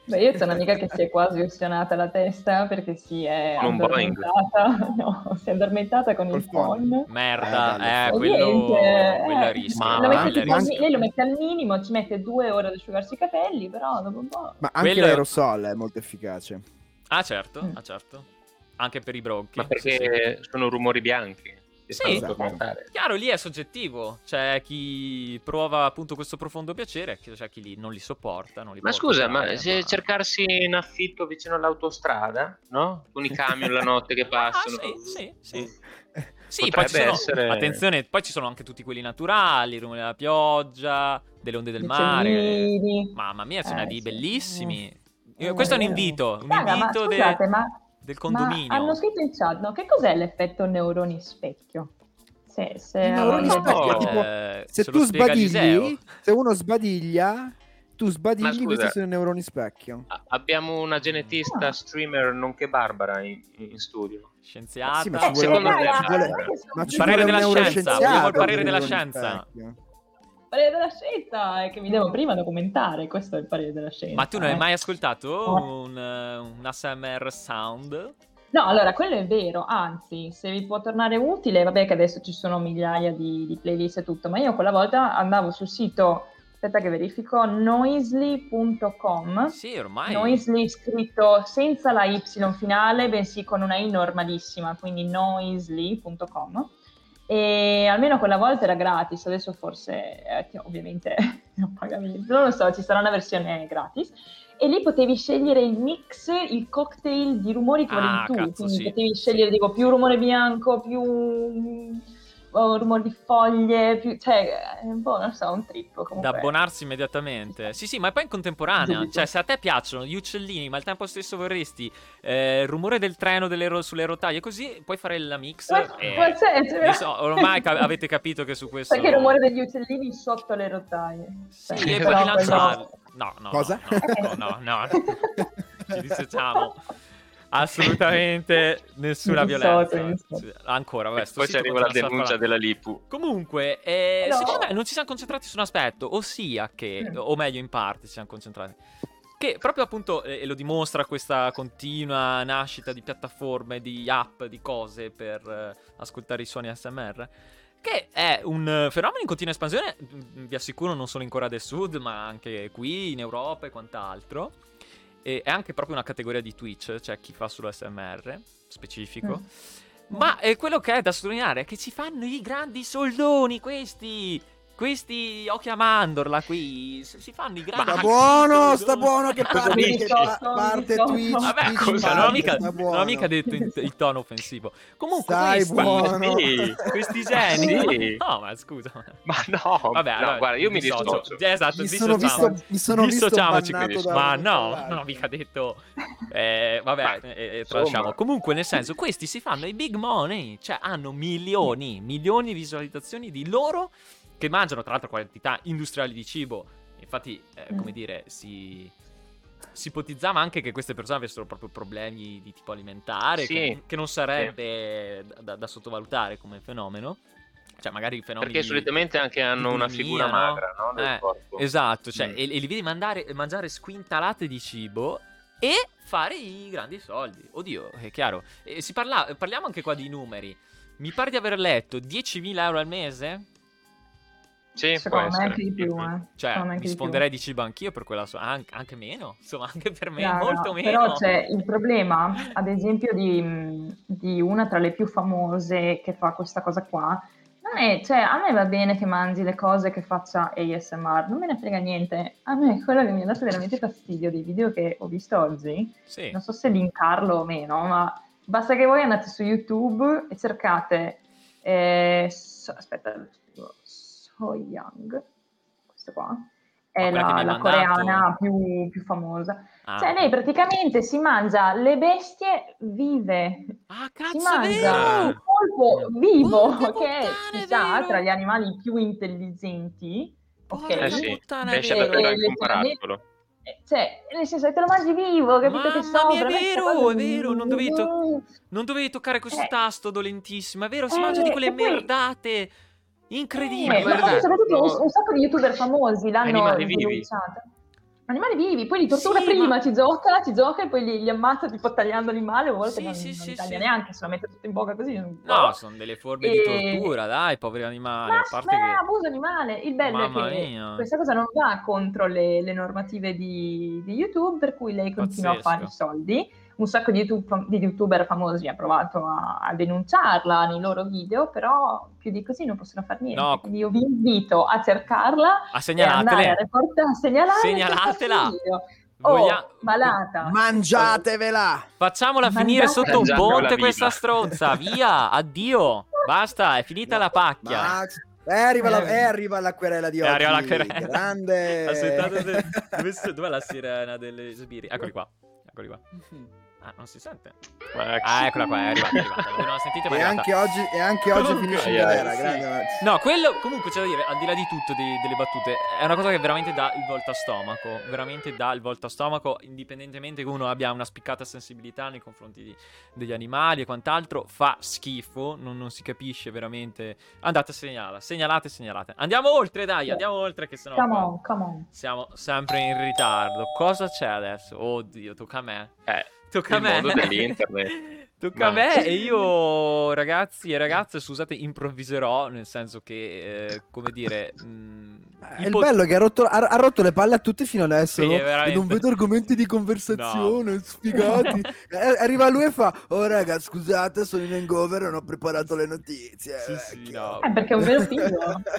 Beh, io c'ho un'amica che si è quasi ustionata la testa perché si è Con un Boeing. addormentata. No, si è addormentata con Col il phone. Merda, bello. quello Niente, è rischio. Ma- lo mette quello è tipo rischio. lei lo mette al minimo, ci mette 2 ore ad asciugarsi i capelli, però dopo un po'. Ma anche Quello- l'aerosol è molto efficace. Certo, certo. Anche per i bronchi. Ma perché sono rumori bianchi che Sì. fanno Esatto. addormentare. Chiaro, lì è soggettivo. C'è chi prova appunto questo profondo piacere, c'è chi non li sopporta. Non li Ma può scusa, tollerare, ma se cercarsi in affitto vicino all'autostrada, no? Con i camion la notte che passano. Sì. Sì, poi ci Potrebbe sono, essere- attenzione, poi ci sono anche tutti quelli naturali, il rumore della pioggia, delle onde del I mare. uccellini. Mamma mia, ce n'è di Sì. bellissimi. Questo è un invito, Raga, ma scusate, del ma condominio. hanno scritto in chat, no? Che cos'è l'effetto neuroni specchio? Se I neuroni no. specchio, tipo, se se lo tu spiega Eliseo. sbadigli, se uno sbadiglia, tu sbadigli, Ma scusa. questi sono i neuroni specchio. Abbiamo una genetista streamer nonché Barbara in studio. Scienziata. Sì, ma ci Secondo vuole, te, ci vuole- Barbara? ma ci Parere vuole un della scienza, neuroscienziato vogliamo il parere per i della neuroni scienza. specchio. Il parere della scienza è che mi devo prima documentare, questo è il parere della scienza. Ma tu non hai mai ascoltato No. un ASMR sound? No, allora, quello è vero, anzi, se vi può tornare utile, vabbè che adesso ci sono migliaia di playlist e tutto, ma io quella volta andavo sul sito, aspetta che verifico, noisly.com, Sì, ormai. Noisly scritto senza la Y finale, bensì con una I normalissima, quindi noisly.com, e almeno quella volta era gratis, adesso forse, ovviamente, non pagavi, non lo so, ci sarà una versione gratis. E lì potevi scegliere il mix, il cocktail di rumori che volevi tu, cazzo, quindi sì. potevi scegliere tipo più rumore bianco, più rumore di foglie, più, cioè non so, un trip Da comunque. abbonarsi immediatamente. Sì, ma poi in contemporanea. Subito. Cioè, se a te piacciono gli uccellini, ma al tempo stesso vorresti il rumore del treno sulle rotaie, così puoi fare la mix. Ormai avete capito che su questo. Perché il rumore degli uccellini sotto le rotaie. Sì, Cioè, e però puoi bilanciarlo. quello- No. Cosa? No. Ci dissociamo. Assolutamente nessuna Mi violenza. dissocio. Sì, ancora, vabbè, sto Poi sito ci arriva la continua a denuncia sparare. della Lipu. Comunque, No. secondo me non ci siamo concentrati su un aspetto, ossia che, o meglio in parte ci siamo concentrati, che proprio appunto, e lo dimostra questa continua nascita di piattaforme, di app, di cose per ascoltare i suoni ASMR, che è un fenomeno in continua espansione, vi assicuro non solo in Corea del Sud, ma anche qui in Europa e quant'altro. E è anche proprio una categoria di Twitch, cioè chi fa solo ASMR specifico. Ma quello che è da sottolineare è che ci fanno i grandi soldoni questi occhi a mandorla qui, si fanno i grandi Sta buono che parte, dici? parte Twitch. Vabbè, Twitch scusa, parte, non ho mica detto il tono offensivo. Comunque Stai questi, buono. Sì. questi geni. Sì. No, ma scusa. Ma no, Vabbè, no, allora, guarda, io mi dissocio. dissocio. Esatto, Mi sono visto dissociamoci. bannato da Ma uno no, dall'altro. non ho mica detto. Vabbè, insomma. tralasciamo. Comunque, nel senso, questi si fanno i big money, cioè hanno milioni di visualizzazioni di loro che mangiano, tra l'altro, quantità industriali di cibo. Infatti, come dire, si ipotizzava anche che queste persone avessero proprio problemi di tipo alimentare, Sì. che non sarebbe da sottovalutare come fenomeno. Cioè, magari i fenomeni Perché solitamente anche hanno di una bulimia, figura no? magra, no? Del corpo. Esatto, cioè, Mm. e li vedi mangiare squintalate di cibo e fare i grandi soldi. Oddio, è chiaro. Parliamo anche qua di numeri. Mi pare di aver letto 10.000 euro al mese? Sì, può Secondo me essere. anche di più, Mhm. Cioè, Secondo me anche mi di più. sfonderei di cibo anch'io per quella anche meno. Insomma, anche per me Raga, molto meno. Però c'è il problema, ad esempio, di una tra le più famose che fa questa cosa qua. Non è, cioè, a me va bene che mangi le cose che faccia ASMR, non me ne frega niente. A me quello che mi ha dato veramente fastidio dei video che ho visto oggi, Sì. non so se linkarlo o meno, ma basta che voi andate su YouTube e cercate, aspetta, So Young, questo qua, è quella che mi hai la mandato? coreana più famosa. Ah. Cioè lei praticamente si mangia le bestie vive, Ah, si cazzo, è mangia vero! un polpo vivo, Porca che è, puttana, si è sa, vero! tra gli animali più intelligenti, Porca ok? sì, puttana, è riesce ad vero! avere anche un letteralmente- barattolo. Cioè, nel senso che te lo mangi vivo, capito che Mamma mia, sopra? è a me questa vero, cosa è vero, non dovevi toccare questo Eh. tasto dolentissimo, è vero, si mangia di quelle e poi- merdate incredibili. ma guarda, poi soprattutto no. un sacco di youtuber famosi l'hanno Animali vivi. denunciata. Animali vivi, poi li tortura Sì, prima, ma- ci gioca e poi li ammazza tipo tagliandoli male, a volte non taglia neanche, se lo mette tutto in bocca così. No, sono delle forme di E- tortura, dai, poveri animali. Ma, A parte ma è che... abuso animale. Il bello è Mamma che mia, questa cosa non va contro le normative di YouTube, per cui lei continua a fare i pazzesco. soldi. Un sacco di YouTuber famosi ha provato a denunciarla nei loro video, però più di così non possono fare niente. No, Quindi io vi invito a cercarla a e andare a segnalatele. a segnalare Segnalatela. il video. Voglia- Malata. Mangiatevela! Facciamola finire Mangiate- sotto un Mangiatela ponte viva. questa stronza. Via, addio. Basta, è finita la pacchia. Max, arriva la querela di oggi. Arriva la querela. Grande. Aspettate, dov'è la sirena delle sbirri? Eccoli qua. Eccoli qua. Ah, non si sente? Ah, eccola qua, è arrivata. Voi non la sentite, ma è E arrivata. anche oggi finisce in galera. Sì. Grande Max. No, quello comunque c'è da dire, al di là di tutto delle battute, è una cosa che veramente dà il volto a stomaco. Veramente dà il volto a stomaco, indipendentemente che uno abbia una spiccata sensibilità nei confronti degli animali e quant'altro. Fa schifo, non si capisce veramente. Andate a segnalate. Andiamo oltre, dai, andiamo oltre, che sennò qua Come on. siamo sempre in ritardo. Cosa c'è adesso? Oddio, tocca a me. Tocca a Il me. mondo dell'internet. Tocca a me e io, ragazzi e ragazze, scusate, improvviserò, nel senso che, come dire... Il bello è che ha rotto le palle a tutti fino adesso, Sì, no? veramente. E non vedo argomenti di conversazione sfigati. Arriva lui e fa: oh raga, scusate, sono in hangover, non ho preparato le notizie. Sì, vecchio." no. Perché è un vero figlio.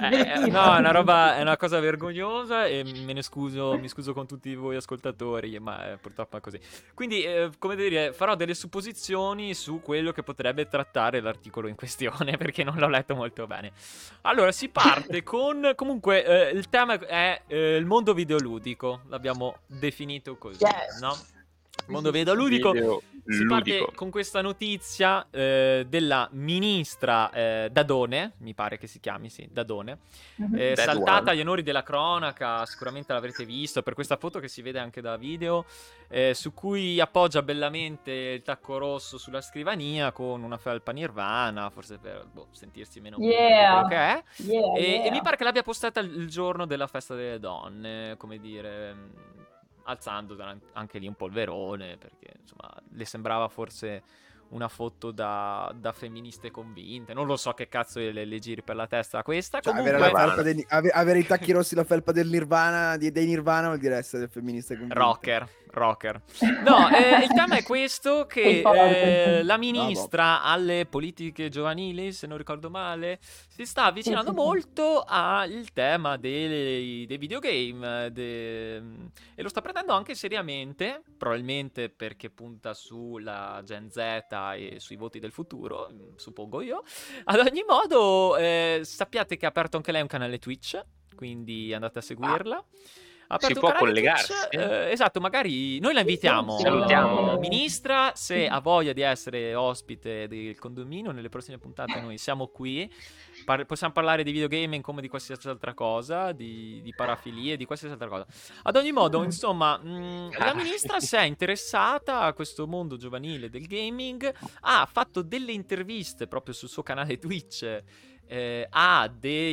No, è una cosa vergognosa e mi scuso con tutti voi ascoltatori, ma purtroppo è così. Quindi, come dire, farò delle supposizioni su quello che potrebbe trattare l'articolo in questione, perché non l'ho letto molto bene. Allora, si parte con, comunque, il tema è il mondo videoludico, l'abbiamo definito così, Yes. no? Mondo videoludico. Video Si ludico. parte con questa notizia della ministra Dadone, mi pare che si chiami, sì, Dadone, That saltata one. agli onori della cronaca, sicuramente l'avrete visto per questa foto che si vede anche da video, su cui appoggia bellamente il tacco rosso sulla scrivania con una felpa Nirvana, forse per sentirsi meno pubblico di quello che è. E mi pare che l'abbia postata il giorno della festa delle donne, come dire, alzando anche lì un polverone, perché insomma le sembrava forse una foto da femministe convinte. Non lo so che cazzo le giri per la testa a questa. Cioè, Comunque, avere, la felpa avere i tacchi rossi, la felpa del Nirvana, dei Nirvana vuol dire essere femministe convinte. Rocker. No, il tema è questo, che la ministra alle politiche giovanili, se non ricordo male, si sta avvicinando molto al tema dei videogame e lo sta prendendo anche seriamente, probabilmente perché punta sulla Gen Z e sui voti del futuro, suppongo io. Ad ogni modo, sappiate che ha aperto anche lei un canale Twitch, quindi andate a seguirla. Si può collegarsi. Esatto, magari noi la invitiamo. Salutiamo. Ministra, se ha voglia di essere ospite del condominio, nelle prossime puntate noi siamo qui. Possiamo parlare di videogaming come di qualsiasi altra cosa, di parafilie, di qualsiasi altra cosa. Ad ogni modo, insomma, la ministra si è interessata a questo mondo giovanile del gaming, ha fatto delle interviste proprio sul suo canale Twitch a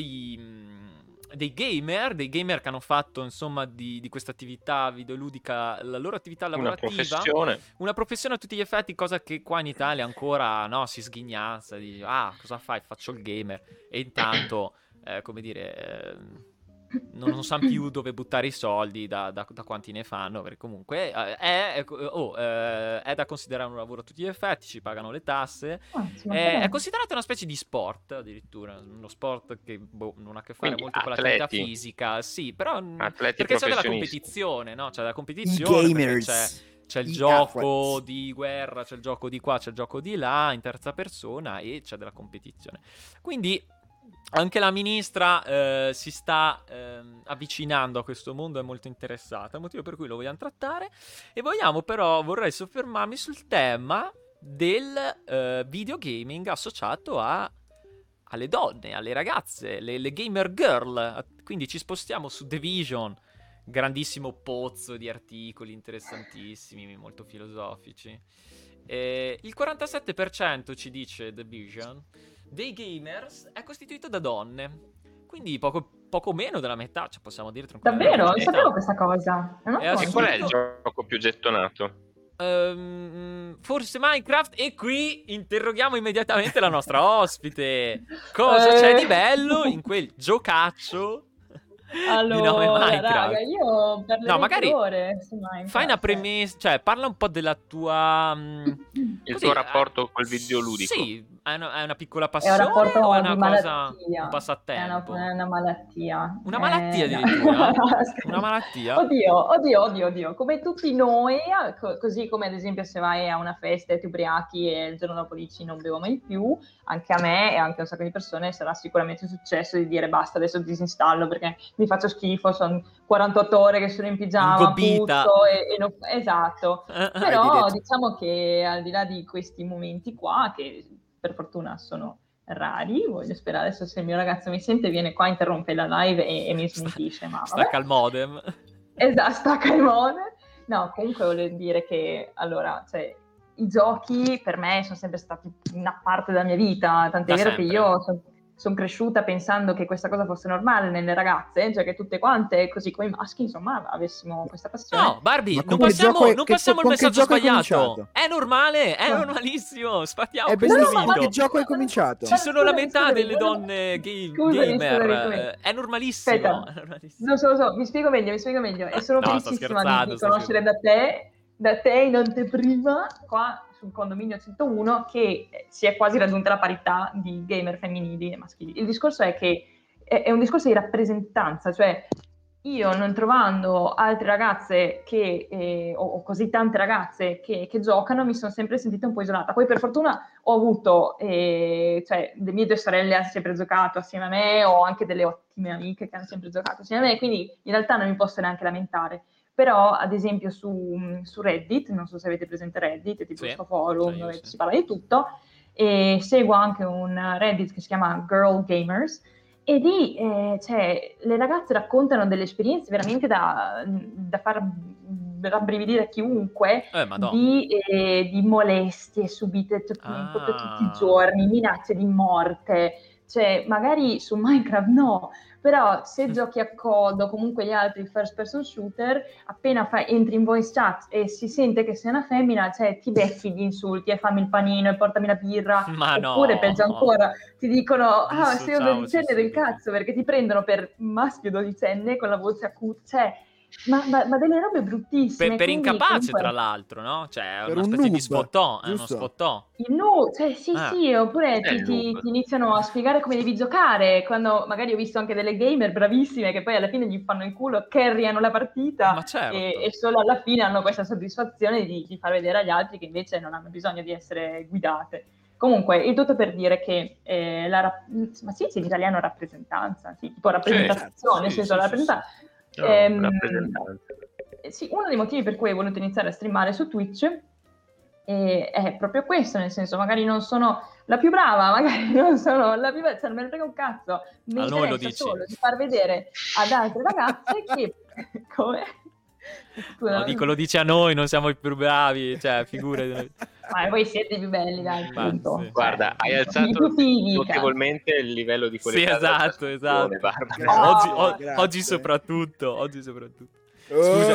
dei gamer che hanno fatto insomma di questa attività videoludica la loro attività lavorativa, una professione a tutti gli effetti, cosa che qua in Italia ancora si sghignazza, dice cosa fai, faccio il gamer, e intanto come dire non sanno più dove buttare i soldi da quanti ne fanno, perché comunque è da considerare un lavoro a tutti gli effetti, ci pagano le tasse, è considerato una specie di sport, addirittura uno sport che non ha a che fare quindi molto con l'attività fisica, sì, però perché c'è della competizione, no? C'è della competizione, gamers. c'è il gioco di guerra, c'è il gioco di qua, c'è il gioco di là in terza persona e c'è della competizione, quindi anche la ministra si sta avvicinando a questo mondo, è molto interessata, motivo per cui lo vogliamo trattare. E vorrei soffermarmi sul tema del videogaming associato alle donne, alle ragazze, le gamer girl. Quindi ci spostiamo su The Vision, grandissimo pozzo di articoli interessantissimi, molto filosofici. Il 47% ci dice The Vision dei gamers è costituito da donne, quindi poco poco meno della metà, cioè possiamo dire tranquillamente. Davvero? Non la sapevo metà. questa cosa. Non lo È so. E qual è il assurdo. gioco più gettonato? Forse Minecraft, e qui interroghiamo immediatamente la nostra ospite. Cosa c'è di bello in quel giocaccio di nome Allora, Minecraft? raga, io parlerei No, magari per ore su Minecraft. fai una premessa, cioè parla un po' della tua Il tuo rapporto col videoludico? Sì, è una piccola È un passione rapporto o è di una cosa, malattia. un passatempo? È una malattia. Una malattia No. addirittura? Una malattia? Oddio. Come tutti noi, così come ad esempio se vai a una festa e ti ubriachi e il giorno dopo dici non bevo mai più, anche a me e anche a un sacco di persone sarà sicuramente successo di dire basta, adesso disinstallo perché mi faccio schifo, sono 48 ore che sono in pigiama, Ingobbita. puzzo e non... Esatto. Hai Però detto. diciamo che al di là di questi momenti qua, che per fortuna sono rari, voglio sperare adesso se il mio ragazzo mi sente viene qua, interrompe la live e mi smentisce, ma vabbè. Stacca il modem. Esatto, stacca il modem. No, comunque volevo dire che allora, cioè, i giochi per me sono sempre stati una parte della mia vita, tant'è Da vero sempre. che io sono cresciuta pensando che questa cosa fosse normale nelle ragazze, cioè che tutte quante, così come i maschi, insomma, avessimo questa passione. No, Barbie, Ma non con che passiamo, gioco è- non che- passiamo il con che messaggio gioco hai sbagliato. cominciato? È normale, è No. normalissimo. Sfatiamo È questo bellissimo, mito. che gioco hai cominciato? Ci sono la metà Scusami, delle donne Scusami. gamer. È normalissimo. Aspetta, È normalissimo. lo so, mi spiego meglio. E sono No, sto felicissima scherzando, di sto conoscere da te in anteprima, qua sul condominio 101, che si è quasi raggiunta la parità di gamer femminili e maschili. Il discorso è che è un discorso di rappresentanza, cioè io non trovando altre ragazze o così tante ragazze che giocano, mi sono sempre sentita un po' isolata. Poi per fortuna ho avuto, cioè le mie due sorelle hanno sempre giocato assieme a me, ho anche delle ottime amiche che hanno sempre giocato assieme a me, quindi in realtà non mi posso neanche lamentare. Però ad esempio su Reddit, non so se avete presente Reddit, è tipo Sì, questo forum sì, dove sì. si parla di tutto, e seguo anche un Reddit che si chiama Girl Gamers, e lì cioè, le ragazze raccontano delle esperienze veramente da far rabbrividire a chiunque Madonna. di molestie subite proprio tutti i giorni, minacce di morte. Cioè, magari su Minecraft no, però se giochi a COD o comunque gli altri first person shooter, appena entri in voice chat e si sente che sei una femmina, cioè ti becchi gli insulti e fammi il panino e portami la birra, Ma no. oppure peggio ancora ti dicono sei un Dissociamoci dodicenne del subito. cazzo, perché ti prendono per maschio dodicenne con la voce acuta, cioè ma delle robe bruttissime. Per quindi, incapace, comunque, tra l'altro, no? Cioè, è Per una un specie di noob, sfottò. È uno giusto? sfottò. cioè sì, Ah. sì, oppure È il ti noob. iniziano a spiegare come devi giocare, quando magari ho visto anche delle gamer bravissime che poi alla fine gli fanno il culo, carryano la partita Ma certo. e solo alla fine hanno questa soddisfazione di far vedere agli altri che invece non hanno bisogno di essere guidate. Comunque, il tutto per dire che ma sì, in italiano rappresentanza, sì, tipo rappresentazione, nel sì, senso sì, la sì, rappresentanza. No, rappresentante. Sì, uno dei motivi per cui ho voluto iniziare a streamare su Twitch è proprio questo, nel senso, magari non sono la più brava, magari non sono la più bella, cioè non me ne frega un cazzo, mi A noi lo interessa dici. solo di far vedere ad altre ragazze che... Come? Scusa, No, dico, lo dici a noi, non siamo i più bravi, cioè, figurati. Ma voi siete i più belli, dai, Ma appunto. sì. Guarda, hai I alzato più fighi, notevolmente il livello di Sì, qualità della esatto. trasmissione, Barbara. Grazie, Oggi, grazie. oggi soprattutto. Scusa.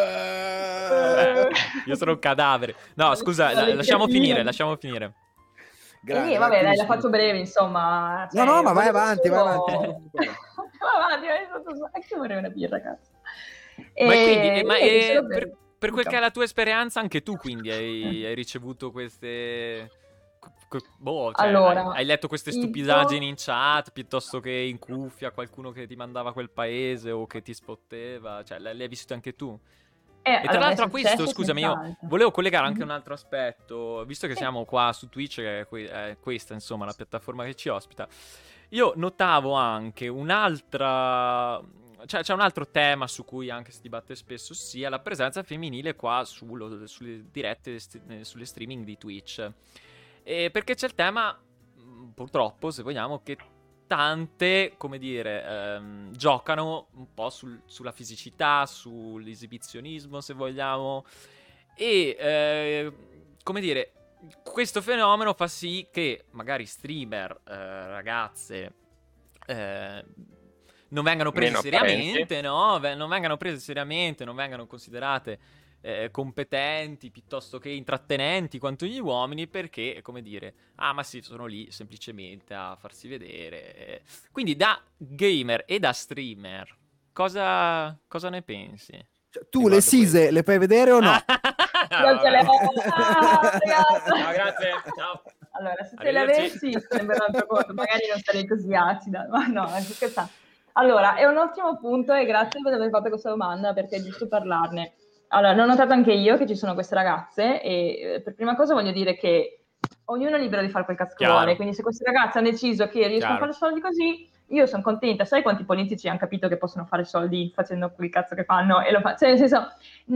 Io sono un cadavere. No, scusa, lasciamo finire. Grazie, vabbè, dai, la scusa. faccio breve, insomma. No, no, ma vai volevo avanti, vai solo- avanti. Vai avanti, anche vorrei una birra, cazzo. Ma quindi, solo per quel che è la tua esperienza, anche tu quindi hai ricevuto queste... cioè, Allora, hai letto queste il stupidaggini in chat piuttosto che in cuffia, qualcuno che ti mandava a quel paese o che ti spotteva, cioè le hai vissute anche tu? E tra allora, l'altro è a questo, successo scusami, io senz'altro. volevo collegare anche Mhm. un altro aspetto, visto che Sì. siamo qua su Twitch, che è questa insomma la piattaforma che ci ospita, io notavo anche un'altra, cioè c'è un altro tema su cui anche si dibatte spesso, ossia la presenza femminile qua sulle dirette, sulle streaming di Twitch. Perché c'è il tema, purtroppo, se vogliamo, che tante, come dire, giocano un po' sulla fisicità, sull'esibizionismo, se vogliamo. E, come dire, questo fenomeno fa sì che magari streamer, ragazze, non vengano prese Meno seriamente, no? Non vengano prese seriamente, non vengano considerate competenti piuttosto che intrattenenti quanto gli uomini, perché, come dire, ma sì, sono lì semplicemente a farsi vedere. Quindi da gamer e da streamer, cosa ne pensi? Cioè, tu le riguardo sise questo? le fai vedere o no? Non ce le ho. Ragazzi. Ciao, grazie. Ciao. Allora, se te le Arrivederci. avessi, sarebbe un altro conto, magari non sarei così acida, ma no, sto scherzando. Allora, è un ottimo punto e grazie per aver fatto questa domanda, perché è giusto parlarne. Allora, l'ho notato anche io che ci sono queste ragazze e per prima cosa voglio dire che ognuno è libero di fare quel cazzo che Chiaro. vuole, quindi se queste ragazze hanno deciso che riescono a Chiaro. fare soldi così, io sono contenta. Sai quanti politici hanno capito che possono fare soldi facendo quel cazzo che fanno e cioè, nel senso,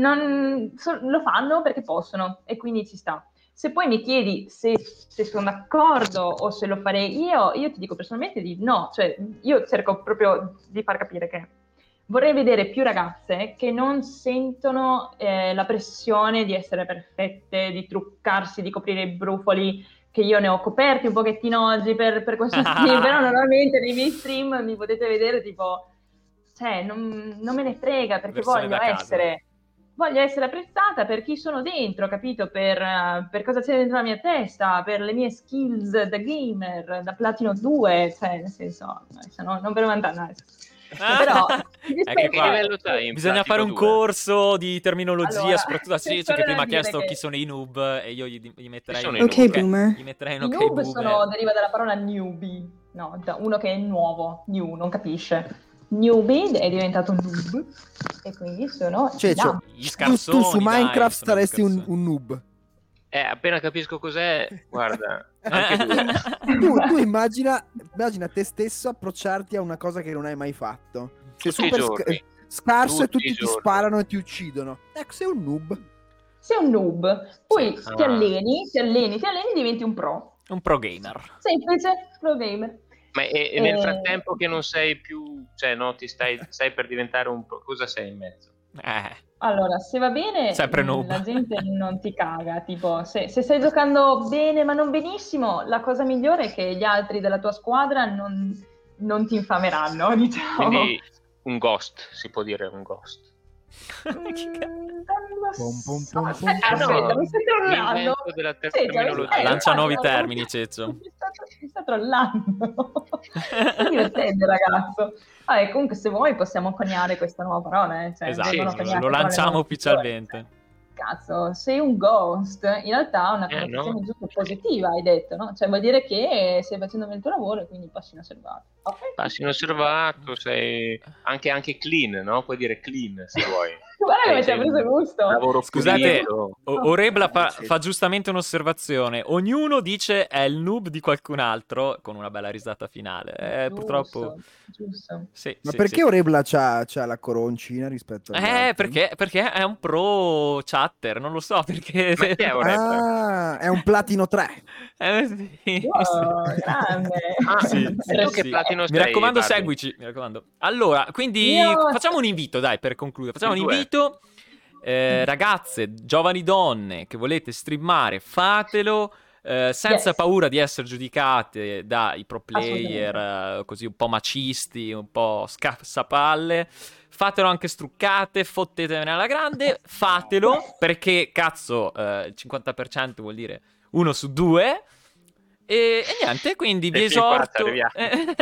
lo fanno perché possono e quindi ci sta. Se poi mi chiedi se sono d'accordo o se lo farei io ti dico personalmente di no, cioè io cerco proprio di far capire che vorrei vedere più ragazze che non sentono la pressione di essere perfette, di truccarsi, di coprire i brufoli, che io ne ho coperti un pochettino oggi per questo stream, però normalmente nei miei stream mi potete vedere tipo, cioè non me ne frega, perché Versione voglio da casa. voglio essere apprezzata per chi sono dentro, capito? Per cosa c'è dentro la mia testa, per le mie skills da gamer, da Platino 2, cioè nel senso, non per vantare, però Ecco Che qua. livello c'hai in Bisogna Platino fare un 2? corso di terminologia, Allora, soprattutto a Ciccio, che vorrei prima ha dire chiesto che chi sono i noob e io gli metterei Chi sono in i Ok, noob? boomer. gli metterei in i ok noob boomer. deriva dalla parola newbie, no, da uno che è nuovo, new, non capisce. Newbie è diventato un noob e quindi sono Ceccio, Gli tu scarsoni, su dai, Minecraft sono gli saresti un scarsoni. noob. Appena capisco cos'è, guarda, anche due. Tu immagina te stesso approcciarti a una cosa che non hai mai fatto. Sei Tutti i super giorni. scarso e Tutti i tutti ti giorni. sparano e ti uccidono. Ecco, sei un noob. Sei un noob, poi Sì. ti alleni, diventi un pro. Un pro gamer. Semplice, pro gamer. Ma e nel frattempo che non sei più, cioè no, stai per diventare un pro, cosa sei in mezzo? Allora, se va bene, Sempre noob. la gente non ti caga, tipo, se stai giocando bene ma non benissimo, la cosa migliore è che gli altri della tua squadra non ti infameranno, diciamo. Quindi un ghost, si può dire un ghost. Non lo Pom, pom, so. pom, pom, Aspetta, mi stai trollando? L'invento della Sì, terminologia. Lancia nuovi infatti, termini, Ceccio. Mi sta trollando. È divertente, ragazzo. Vabbè, comunque, se vuoi, possiamo coniare questa nuova parola. Cioè, Esatto, vengono sì, coniate lo parole lanciamo nuove. ufficialmente. Cazzo, sei un ghost, in realtà ha una connotazione no. giusto positiva, hai detto, no? Cioè vuol dire che stai facendo bene il tuo lavoro e quindi passi inosservato. Ok. Passi inosservato, sei anche clean, no? Puoi dire clean se vuoi. Guarda come ci Sei ha preso gusto. lavoro Scusate, pulito. Orebla fa giustamente un'osservazione. Ognuno dice è il noob di qualcun altro, con una bella risata finale. Giusto, Purtroppo... giusto. Ma Sì, perché sì. Orebla c'ha la coroncina rispetto agli altri? Perché è un pro chatter, non lo so perché... Ma chi è Orebla? Ah, è un platino 3. Sì, Wow, sì. grande. Sì, E tu che platino Mi sei, raccomando, Barbie? seguici. Mi raccomando. Allora, quindi Io- facciamo un invito, dai, per concludere. Facciamo un Il due. invito. Ragazze, giovani donne che volete streamare, fatelo. Senza Yes. paura di essere giudicate dai pro player Assolutamente. così un po' macisti, un po' scassapalle. Fatelo anche struccate, fottetevene alla grande, fatelo perché cazzo il 50% vuol dire 1 su 2 e niente, quindi vi E fin qua ci esorto arriviamo.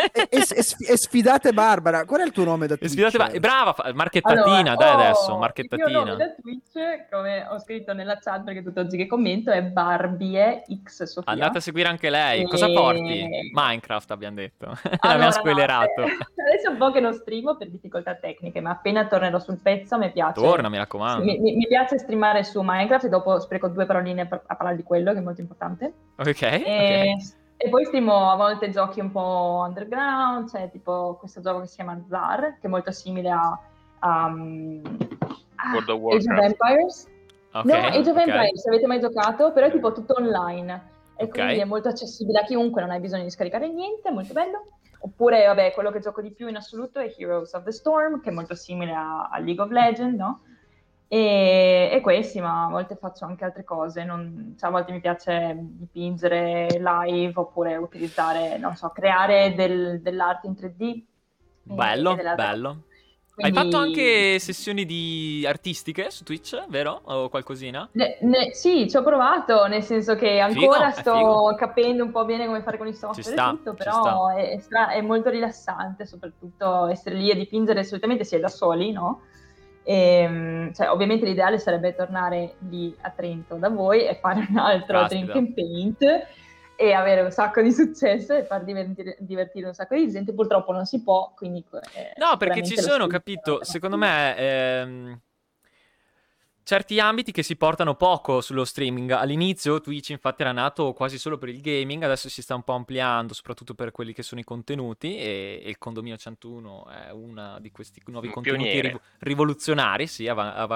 E sfidate Barbara. Qual è il tuo nome da Twitch? sfidate, brava, marchettatina, dai adesso, Il mio marchettatina. nome da Twitch, come ho scritto nella chat perché tutt'oggi che commento, è Barbie X Sofia. Andate a seguire anche lei. Cosa E- porti? Minecraft abbiamo detto. Allora, L'abbiamo no, spoilerato. adesso è un po' che non streamo per difficoltà tecniche, ma appena tornerò sul pezzo mi piace. Torna, mi raccomando. Sì, mi piace streamare su Minecraft e dopo spreco 2 paroline a parlare di quello, che è molto importante. Ok. E poi streamo a volte giochi un po' underground, cioè tipo questo gioco che si chiama Zar, che è molto simile a World of Age of Warcraft. Empires. Ok, No, Age of ok. Empires, se avete mai giocato, però è tipo tutto online. E Ok. quindi è molto accessibile a chiunque, non hai bisogno di scaricare niente, è molto bello. Oppure, vabbè, quello che gioco di più in assoluto è Heroes of the Storm, che è molto simile a League of Legends, no? E questi, ma a volte faccio anche altre cose, cioè, a volte mi piace dipingere live oppure utilizzare, non so, creare dell'arte in 3D. Bello, della bello. Quindi- Hai fatto anche sessioni di artistiche su Twitch, vero? O qualcosina? Sì, ci ho provato, nel senso che ancora Figo, è sto figo. capendo un po' bene come fare con i Ci software sta, e tutto, ci sta. però è molto rilassante, soprattutto essere lì a dipingere, solitamente si è da soli, no? Cioè, ovviamente l'ideale sarebbe tornare lì a Trento da voi e fare un altro Drink Caspita. and Paint e avere un sacco di successo e far divertire un sacco di gente. Purtroppo non si può, quindi No, perché ci sicuramente lo sono, sfrutto capito, un'alternativa. secondo me, certi ambiti che si portano poco sullo streaming. All'inizio Twitch infatti era nato quasi solo per il gaming, adesso si sta un po' ampliando, soprattutto per quelli che sono i contenuti, e il Condominio 101 è una di questi nuovi Un contenuti pioniere. rivoluzionari, sì,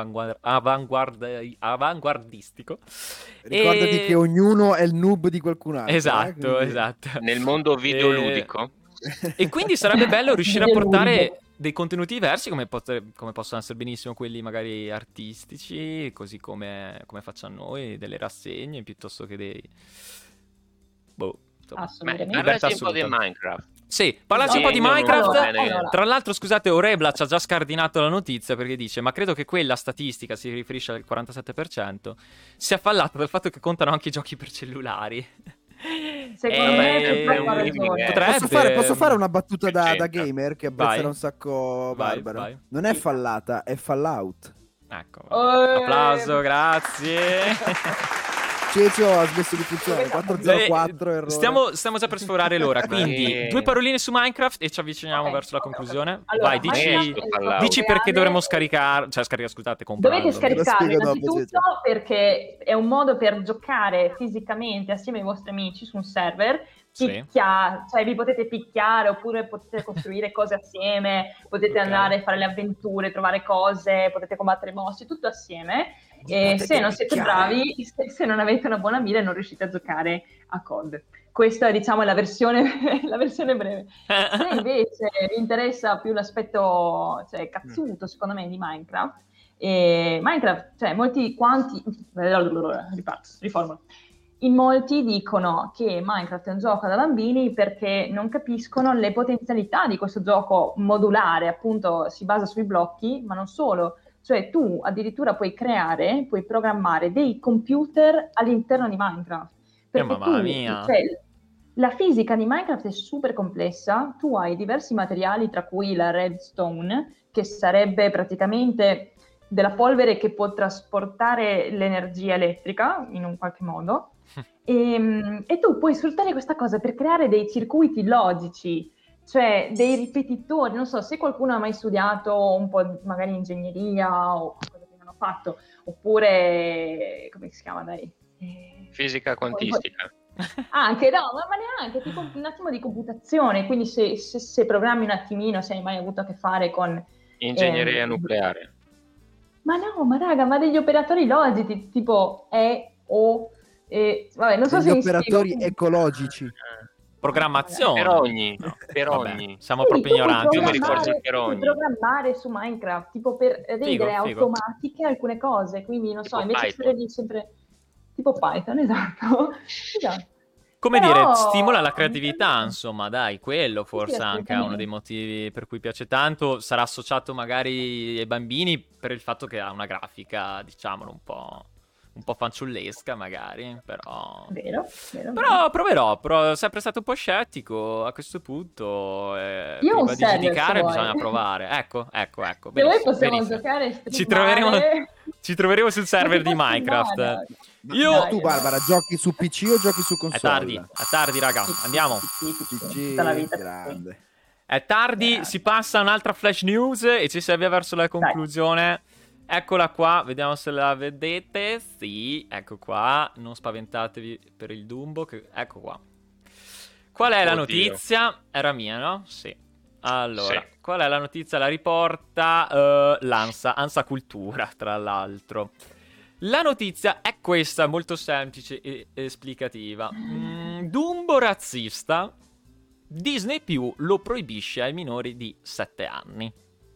avanguardistico. Ricordati E- che ognuno è il noob di qualcun altro. Esatto, quindi- esatto. Nel mondo videoludico. E quindi sarebbe bello riuscire a Videoludico. portare dei contenuti diversi, come possono essere benissimo quelli magari artistici, così come facciamo noi, delle rassegne, piuttosto che dei... Boh, insomma, Assolutamente. libertà Parlaci un po' di assoluta. Minecraft. Sì, parlaci un po' di Io non Minecraft. so bene. Allora. Tra l'altro, scusate, Orebla ci ha già scardinato la notizia perché dice: ma credo che quella statistica, si riferisce al 47%, sia fallata dal fatto che contano anche i giochi per cellulari. Secondo me è purtroppo ha un ragione. potrebbe- Posso fare una battuta da C'entra. gamer che Vai. apprezzerà un sacco Vai, Barbara? vai. Non è fallata, è Fallout. Ecco, Oh, applauso, grazie. Ceccio ha smesso di funzionare. 404 errore. Stiamo già per sforare l'ora, quindi due paroline su Minecraft e ci avviciniamo Ok, verso la ok, conclusione. ok. Allora, Vai, dici, Minecraft è il gioco dici perché reale. dovremmo scaricare, scusate, comprarlo. Dovete scaricarlo spiego dopo, innanzitutto perché è un modo per giocare fisicamente assieme ai vostri amici su un server. Sì. Cioè vi potete picchiare oppure potete costruire cose assieme, potete Ok. andare a fare le avventure, trovare cose, potete combattere mossi, tutto assieme. E se non siete bravi, se non avete una buona mira, non riuscite a giocare a COD. Questa è, diciamo, la versione, la versione breve. Se invece vi interessa più l'aspetto, cioè, cazzuto, secondo me, di Minecraft, Minecraft, cioè, riformulo. In molti dicono che Minecraft è un gioco da bambini perché non capiscono le potenzialità di questo gioco modulare, appunto si basa sui blocchi, ma non solo. Cioè tu addirittura puoi programmare dei computer all'interno di Minecraft. Perché mamma mia. cioè, la fisica di Minecraft è super complessa, tu hai diversi materiali, tra cui la redstone, che sarebbe praticamente della polvere che può trasportare l'energia elettrica in un qualche modo. E tu puoi sfruttare questa cosa per creare dei circuiti logici, cioè dei ripetitori. Non so se qualcuno ha mai studiato un po' magari ingegneria o qualcosa che non ho fatto, oppure come si chiama, dai? Fisica quantistica. Anche no, ma neanche tipo un attimo di computazione. Quindi se programmi un attimino, se hai mai avuto a che fare con Ingegneria nucleare. Ma no, ma raga, ma degli operatori logici, tipo vabbè, non so Degli se mi operatori spiego. ecologici. Programmazione. Per ogni. No, Per vabbè, ogni. siamo Sì, proprio tu puoi ignoranti. Io mi su questo. ricordo il per puoi ogni. programmare su Minecraft, tipo per rendere Figo. automatiche alcune cose, quindi non so, Tipo invece di Python. scrivergli sempre tipo Python, esatto. Esatto. Come Però- dire, stimola la creatività, insomma, dai, quello forse Sì, anche è uno dei assolutamente. motivi per cui piace tanto. Sarà associato magari ai bambini per il fatto che ha una grafica, diciamolo, un po' fanciullesca magari, però... Vero. Però proverò, sempre stato un po' scettico a questo punto. Io ho un Prima di server, giudicare se vuoi. bisogna provare. Ecco. Se voi benissimo, possiamo benissimo. giocare e Ci troveremo sul server di Minecraft. Io- Ma tu, Barbara, giochi su PC o giochi su È console? tardi, raga, andiamo. Tutta la vita. grande. È tardi, si passa a un'altra flash news e ci si avvia verso la conclusione. Eccola qua, vediamo se la vedete. Sì, ecco qua, non spaventatevi per il Dumbo, ecco qua. Qual è la Oddio. notizia? Era mia, no? Sì. Allora, Sì. qual è la notizia? La riporta Ansa Cultura, tra l'altro. La notizia è questa, molto semplice e esplicativa. Dumbo razzista, Disney Più lo proibisce ai minori di 7 anni.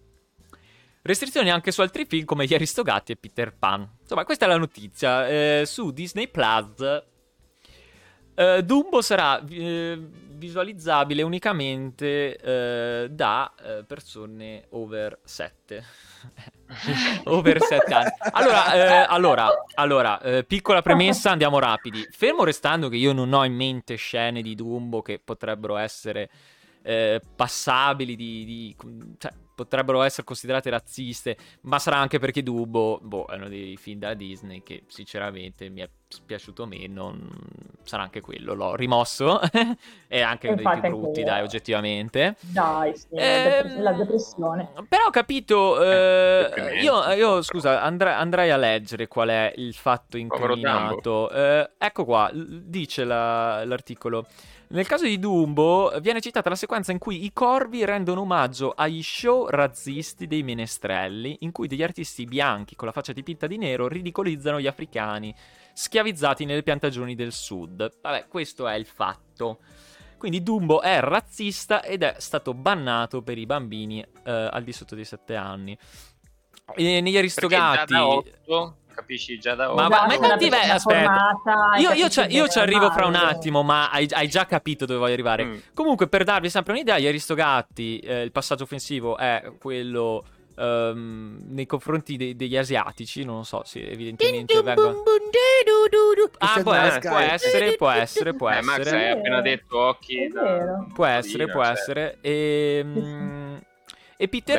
Restrizioni anche su altri film come Gli Aristogatti e Peter Pan. Insomma, questa è la notizia. Su Disney Plus Dumbo sarà visualizzabile unicamente da persone over 7. Over 7 anni. Allora, piccola premessa, andiamo rapidi. Fermo restando che io non ho in mente scene di Dumbo che potrebbero essere passabili, cioè, potrebbero essere considerate razziste, ma sarà anche perché Dumbo è uno dei film della Disney che sinceramente mi è piaciuto meno. Sarà anche quello, l'ho rimosso. È anche uno dei più brutti, dai, oggettivamente. Dai, sì, la depressione. Però ho capito, io scusa, andrei a leggere qual è il fatto incriminato. Ecco qua, dice l'articolo. Nel caso di Dumbo viene citata la sequenza in cui i corvi rendono omaggio agli show razzisti dei menestrelli, in cui degli artisti bianchi con la faccia dipinta di nero ridicolizzano gli africani schiavizzati nelle piantagioni del sud. Vabbè, questo è il fatto. Quindi Dumbo è razzista ed è stato bannato per i bambini al di sotto dei 7 anni. E negli Aristogati... Capisci già da ora. Ma infatti, aspetta, io ci arrivo fra un attimo, ma hai già capito dove voglio arrivare. Comunque, per darvi sempre un'idea, gli Aristogati, il passaggio offensivo è quello nei confronti degli asiatici, non lo so se evidentemente vengono... può essere. Max hai appena detto occhi può essere. E Peter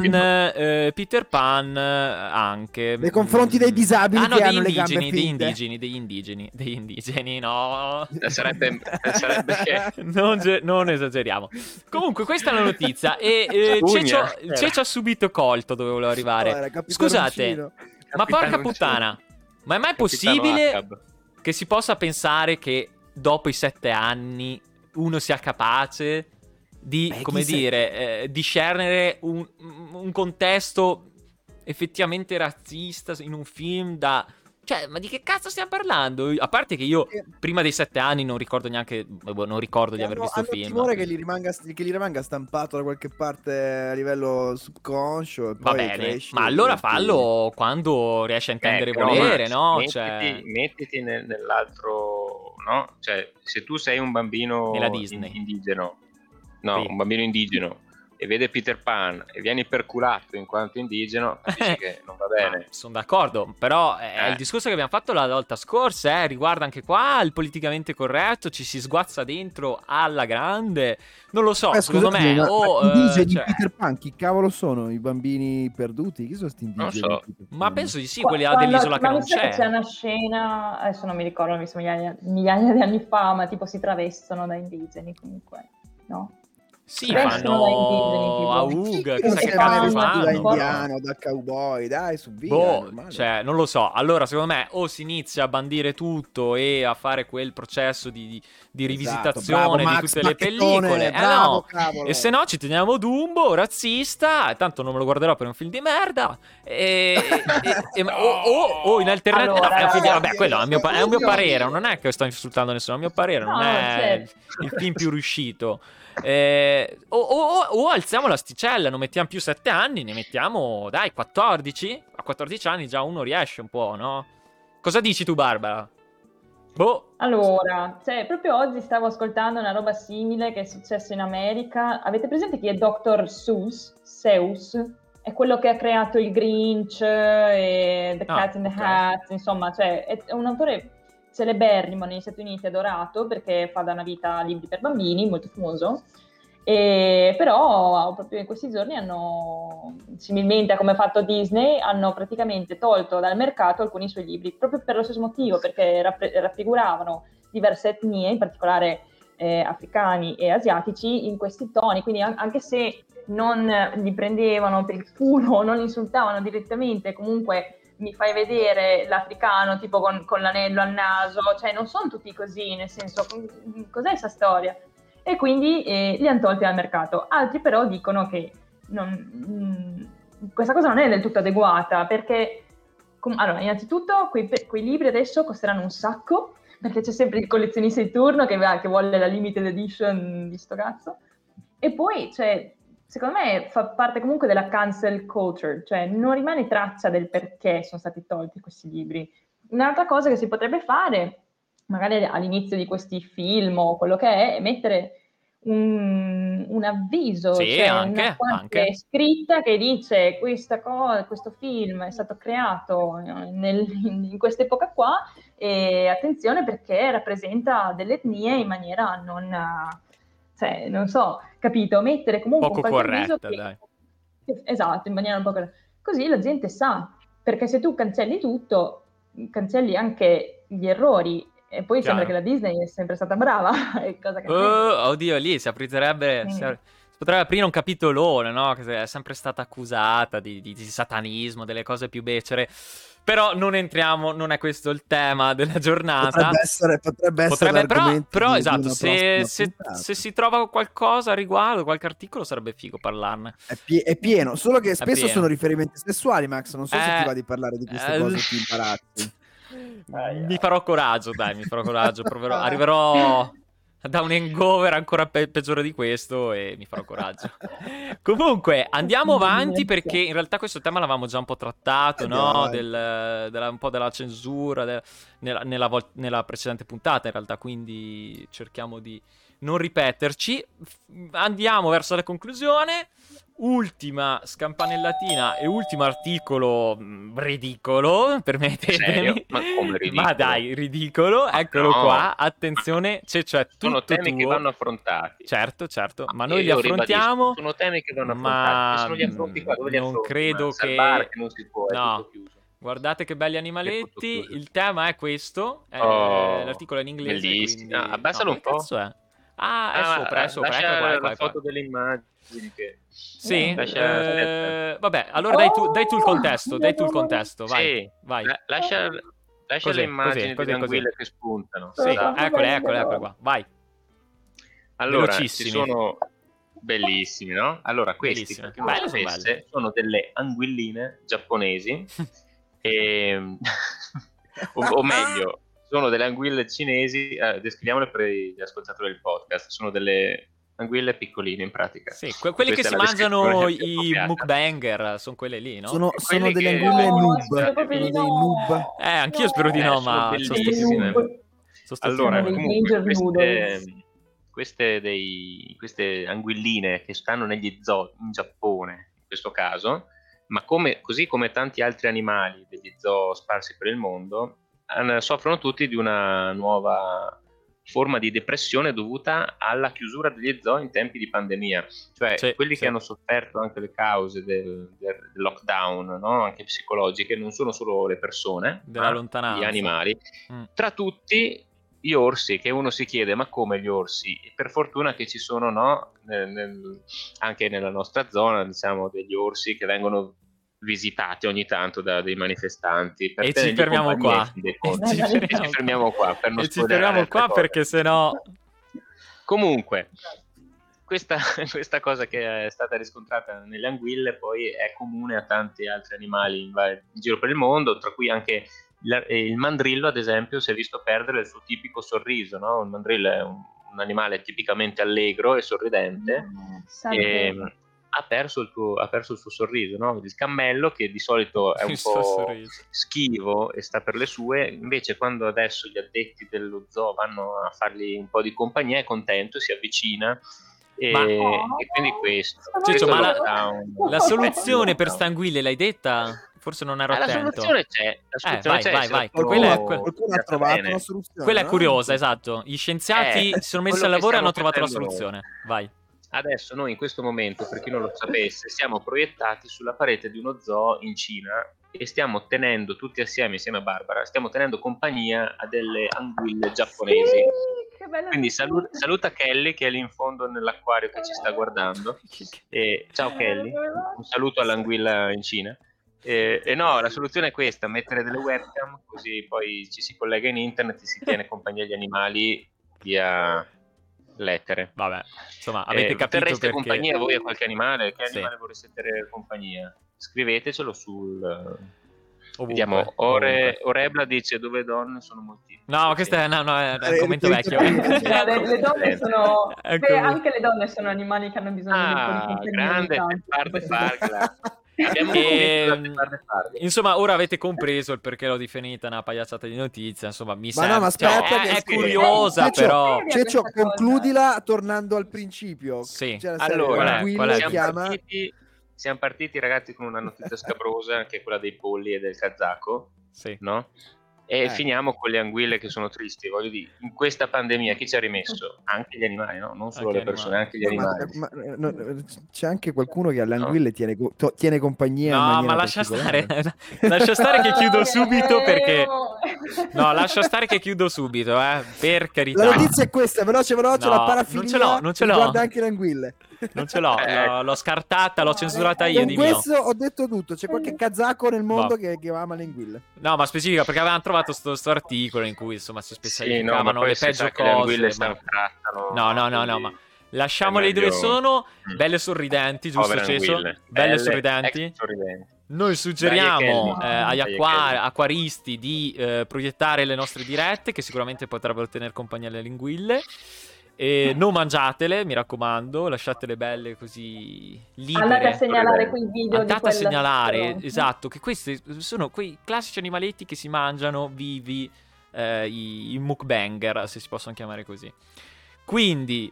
Pan anche nei confronti dei disabili che hanno le gambe finte. degli indigeni, no, sarebbe che non esageriamo. Comunque questa è la notizia e Ceccio ha subito colto dove volevo arrivare. Scusate, ma porca puttana, ma è mai possibile che si possa pensare che dopo i 7 anni uno sia capace di, discernere un contesto effettivamente razzista in un film Cioè, ma di che cazzo stiamo parlando? A parte che io prima dei 7 anni non ricordo neanche... non ricordo di aver visto il film. Ho timore che gli rimanga stampato da qualche parte a livello subconscio. E va poi bene, ma allora fallo quando riesci a intendere volere, no? Mettiti nell'altro... no? Cioè, se tu sei un bambino indigeno... No, un bambino indigeno e vede Peter Pan e vieni perculato in quanto indigeno, capisci che non va bene. Sono d'accordo, però è il discorso che abbiamo fatto la volta scorsa, riguarda anche qua il politicamente corretto, ci si sguazza dentro alla grande. Non lo so, secondo me indigeni Peter Pan, chi cavolo sono? I bambini perduti? Chi sono sti indigeni? Non so. Ma penso di sì, quelli dell'isola che non c'è. C'è una scena, adesso non mi ricordo, l'ho visto migliaia di anni fa, ma tipo si travestono da indigeni comunque, no? Sì, fanno auga, chissà che cazzo fanno. Da indiano, da cowboy, dai, su via. Cioè, non lo so. Allora, secondo me, o si inizia a bandire tutto e a fare quel processo di rivisitazione di tutte le pellicole. Bravo, e se no, ci teniamo Dumbo, razzista, tanto non me lo guarderò per un film di merda. O in alternativa... vabbè, quello è un mio parere, non è che sto insultando nessuno, è un mio parere, non è il film più riuscito. O alziamo l'asticella, non mettiamo più 7 anni, ne mettiamo, dai, 14. A 14 anni già uno riesce un po', no? Cosa dici tu, Barbara? Allora, proprio oggi stavo ascoltando una roba simile che è successo in America. Avete presente chi è Dr. Seuss? È quello che ha creato il Grinch e The Cat in the Hat, insomma, cioè è un autore celeberrimo negli Stati Uniti, adorato perché fa da una vita libri per bambini, molto famoso, però proprio in questi giorni hanno, similmente a come ha fatto Disney, hanno praticamente tolto dal mercato alcuni suoi libri, proprio per lo stesso motivo, perché raffiguravano diverse etnie, in particolare africani e asiatici, in questi toni, quindi anche se non li prendevano per il culo, non li insultavano direttamente, comunque mi fai vedere l'africano tipo con l'anello al naso, cioè non sono tutti così, nel senso, cos'è questa storia? E quindi li hanno tolti dal mercato. Altri però dicono che questa cosa non è del tutto adeguata, perché allora, innanzitutto quei libri adesso costeranno un sacco, perché c'è sempre il collezionista di turno che vuole la limited edition di sto cazzo, e poi cioè secondo me fa parte comunque della cancel culture, cioè non rimane traccia del perché sono stati tolti questi libri. Un'altra cosa che si potrebbe fare magari all'inizio di questi film o quello che è, mettere un avviso, Sì, cioè anche, una parte anche. scritta che dice questo film è stato creato in quest'epoca qua, e attenzione perché rappresenta delle etnie in maniera cioè, non so, capito? Mettere comunque Poco un qualche avviso corretta, dai. esatto, in maniera un po' così la gente sa, perché se tu cancelli tutto, cancelli anche gli errori, e poi sembra che Chiaro. la Disney è sempre stata brava, cosa che non è. Oddio, lì si potrebbe aprire un capitolone, no? Che è sempre stata accusata di satanismo, delle cose più becere. Però non entriamo, non è questo il tema della giornata. Potrebbe essere l'argomento però di esatto, una se prossima puntata. si trova qualcosa a riguardo, qualche articolo, sarebbe figo parlarne. È pieno, solo che spesso pieno. sono riferimenti sessuali, Max. Non so se ti va di parlare di queste cose più imbarazzi. Mi farò coraggio, dai, arriverò da un hangover ancora peggiore di questo e mi farò coraggio. Comunque, andiamo avanti perché in realtà questo tema l'avevamo già un po' trattato, no? Un po' della censura nella precedente puntata, in realtà, quindi cerchiamo di non ripeterci. Andiamo verso la conclusione. Ultima scampanellatina e ultimo articolo ridicolo, permettetemi. Serio? Ma come ridicolo? Ma dai, ridicolo, eccolo qua. Attenzione, cioè sono temi tuo. Che vanno affrontati. Certo, ma noi li affrontiamo. Sono temi che vanno affrontati. Se non li affronti qua, dove li affronti? Credo che non si può, è tutto chiuso. Guardate che belli animaletti. Il tema è questo. L'articolo è in inglese. Bellissimo. Quindi... abbassalo un po'. Cazzo è? È sopra. Lascia Ecco qua. Foto delle immagini. Sì, vabbè, allora dai tu il contesto, vai. Sì. Vai. Lascia le immagini delle anguille che spuntano. Sì, eccole qua, vai. Allora, ci sono bellissimi, no? Allora, questi, per chi non lo sapesse, sono delle anguilline giapponesi o meglio, sono delle anguille cinesi, descriviamole per gli ascoltatori del podcast, sono delle anguille piccoline in pratica. Sì, quelli che si mangiano i mukbanger, sono quelle lì, no? Sono delle anguille noob. Sono dei noob. Anch'io spero di no, ma sono bellissime. Allora, comunque, queste anguilline che stanno negli zoo in Giappone, in questo caso, ma così come tanti altri animali degli zoo sparsi per il mondo, soffrono tutti di una nuova forma di depressione dovuta alla chiusura degli zoo in tempi di pandemia, cioè quelli che hanno sofferto anche le cause del lockdown, no? Anche psicologiche, non sono solo le persone, della lontananza, gli animali, tra tutti gli orsi, che uno si chiede ma come gli orsi? E per fortuna che ci sono, no? Anche nella nostra zona, diciamo, degli orsi che vengono visitati ogni tanto da dei manifestanti e ci fermiamo qua per non spoilerare perché sennò comunque questa cosa che è stata riscontrata nelle anguille poi è comune a tanti altri animali in giro per il mondo, tra cui anche il mandrillo, ad esempio, si è visto perdere il suo tipico sorriso, no? Il mandrillo è un animale tipicamente allegro e sorridente, ha perso il suo sorriso, no? Il cammello, che di solito è un po' schivo e sta per le sue, invece quando adesso gli addetti dello zoo vanno a fargli un po' di compagnia è contento, si avvicina e quindi questo Ciccio, ma la soluzione per sta anguille l'hai detta? Forse non ero attento. La soluzione c'è. Vai. Qualcuno ha trovato una soluzione. Quella è curiosa, esatto. Gli scienziati si sono messi al lavoro e hanno trovato la soluzione. Vai. Adesso noi in questo momento, per chi non lo sapesse, siamo proiettati sulla parete di uno zoo in Cina e stiamo tenendo tutti assieme a Barbara, stiamo tenendo compagnia a delle anguille giapponesi. Che bella. Quindi saluta Kelly, che è lì in fondo nell'acquario che ci sta guardando. Ciao Kelly, un saluto all'anguilla in Cina. No, la soluzione è questa: mettere delle webcam, così poi ci si collega in internet e si tiene compagnia agli animali via lettere. Vabbè, insomma, avete capito terreste perché... compagnia voi a qualche animale? Che animale vorreste tenere compagnia? Scrivetecelo sul... Vediamo, Orebla dice dove donne sono molti. No, questo è un commento vecchio. Le donne sono... anche le donne sono animali che hanno bisogno di un po' di compagnia. Grande, Fargla. Abbiamo Insomma, ora avete compreso il perché l'ho definita una pagliacciata di notizia. Insomma, mi Ma sembra, no, ma aspetta, è che- curiosa, Ceccio, però. Ceccio, Questa cosa. concludila tornando al principio. Sì. Cioè, la serie, Allora, Anguille qual è? siamo partiti, ragazzi, con una notizia scabrosa, che è quella dei polli e del kazako, Sì. no? E finiamo con le anguille che sono tristi. Voglio dire, in questa pandemia chi ci ha rimesso? Anche gli animali, no? Non solo Anche le gli persone, animali. anche gli animali. Ma c'è anche qualcuno che alle anguille tiene compagnia in No, maniera ma lascia stare. particolare. Lascia stare che chiudo subito perché. Oh. No, lascia stare che chiudo subito, per carità. La notizia è questa, veloce, No, la parafilia non ce l'ho. riguarda anche le anguille. Non ce l'ho, l'ho scartata, l'ho censurata io Con di mio. questo ho detto tutto, c'è qualche kazako nel mondo che ama le anguille. No, ma specifica perché avevamo trovato sto articolo in cui insomma si specificavano le peggio Le anguille cose. No, ma lasciamole meglio- dove sono, belle sorridenti, giusto Povere Ceso? anguille. Belle ex sorridenti. sorridenti. Noi suggeriamo Dai, agli Dai, Kelly. acquaristi di proiettare le nostre dirette, che sicuramente potrebbero tenere compagnia alle linguille. E non mangiatele, mi raccomando, lasciatele belle così libere. Andate a segnalare quei video Andate di a quel segnalare, stronzo. esatto, che questi sono quei classici animaletti che si mangiano vivi, i mukbanger, se si possono chiamare così. Quindi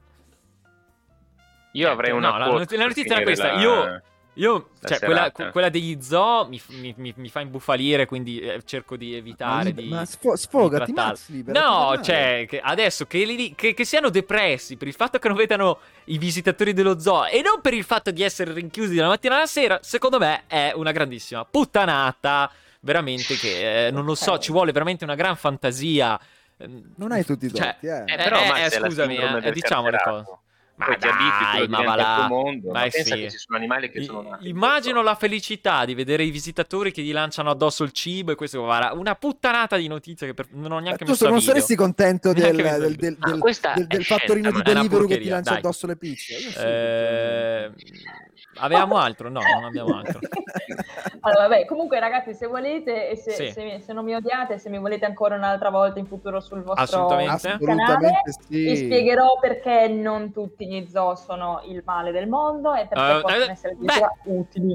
Io avrei una la quote per notizia era finire questa. la Cioè, serata. quella degli zoo mi fa imbufalire, quindi cerco di evitare di. Ma sfogati, di trattarla. Max, liberati No, parlare. cioè, che adesso che siano depressi per il fatto che non vedano i visitatori dello zoo e non per il fatto di essere rinchiusi dalla mattina alla sera, secondo me è una grandissima puttanata. Veramente che non lo so, ci vuole veramente una gran fantasia. Non hai tutti i Cioè, torti, eh. Però Max, è la scusami, sindrome del diciamo le carcerato. cose. Poi ti abitui, quello ma diventa va il tuo là. mondo, ma pensa sì. che ci sono animali che sono nati. Immagino la felicità di vedere i visitatori che gli lanciano addosso il cibo e questo, guarda, una puttanata di notizie che non ho neanche Tu messo a non video. saresti contento Neanche messo a video. questa è del fattorino scelta, di ma è una Deliveroo che ti porcheria, lancia dai. addosso le pizze? Io sì. Avevamo altro? No, non abbiamo altro. Allora, vabbè, comunque ragazzi, se volete e Sì. se non mi odiate, se mi volete ancora un'altra volta in futuro sul vostro Assolutamente. canale, Assolutamente sì. vi spiegherò perché non tutti gli zoo sono il male del mondo e perché possono essere addirittura utili.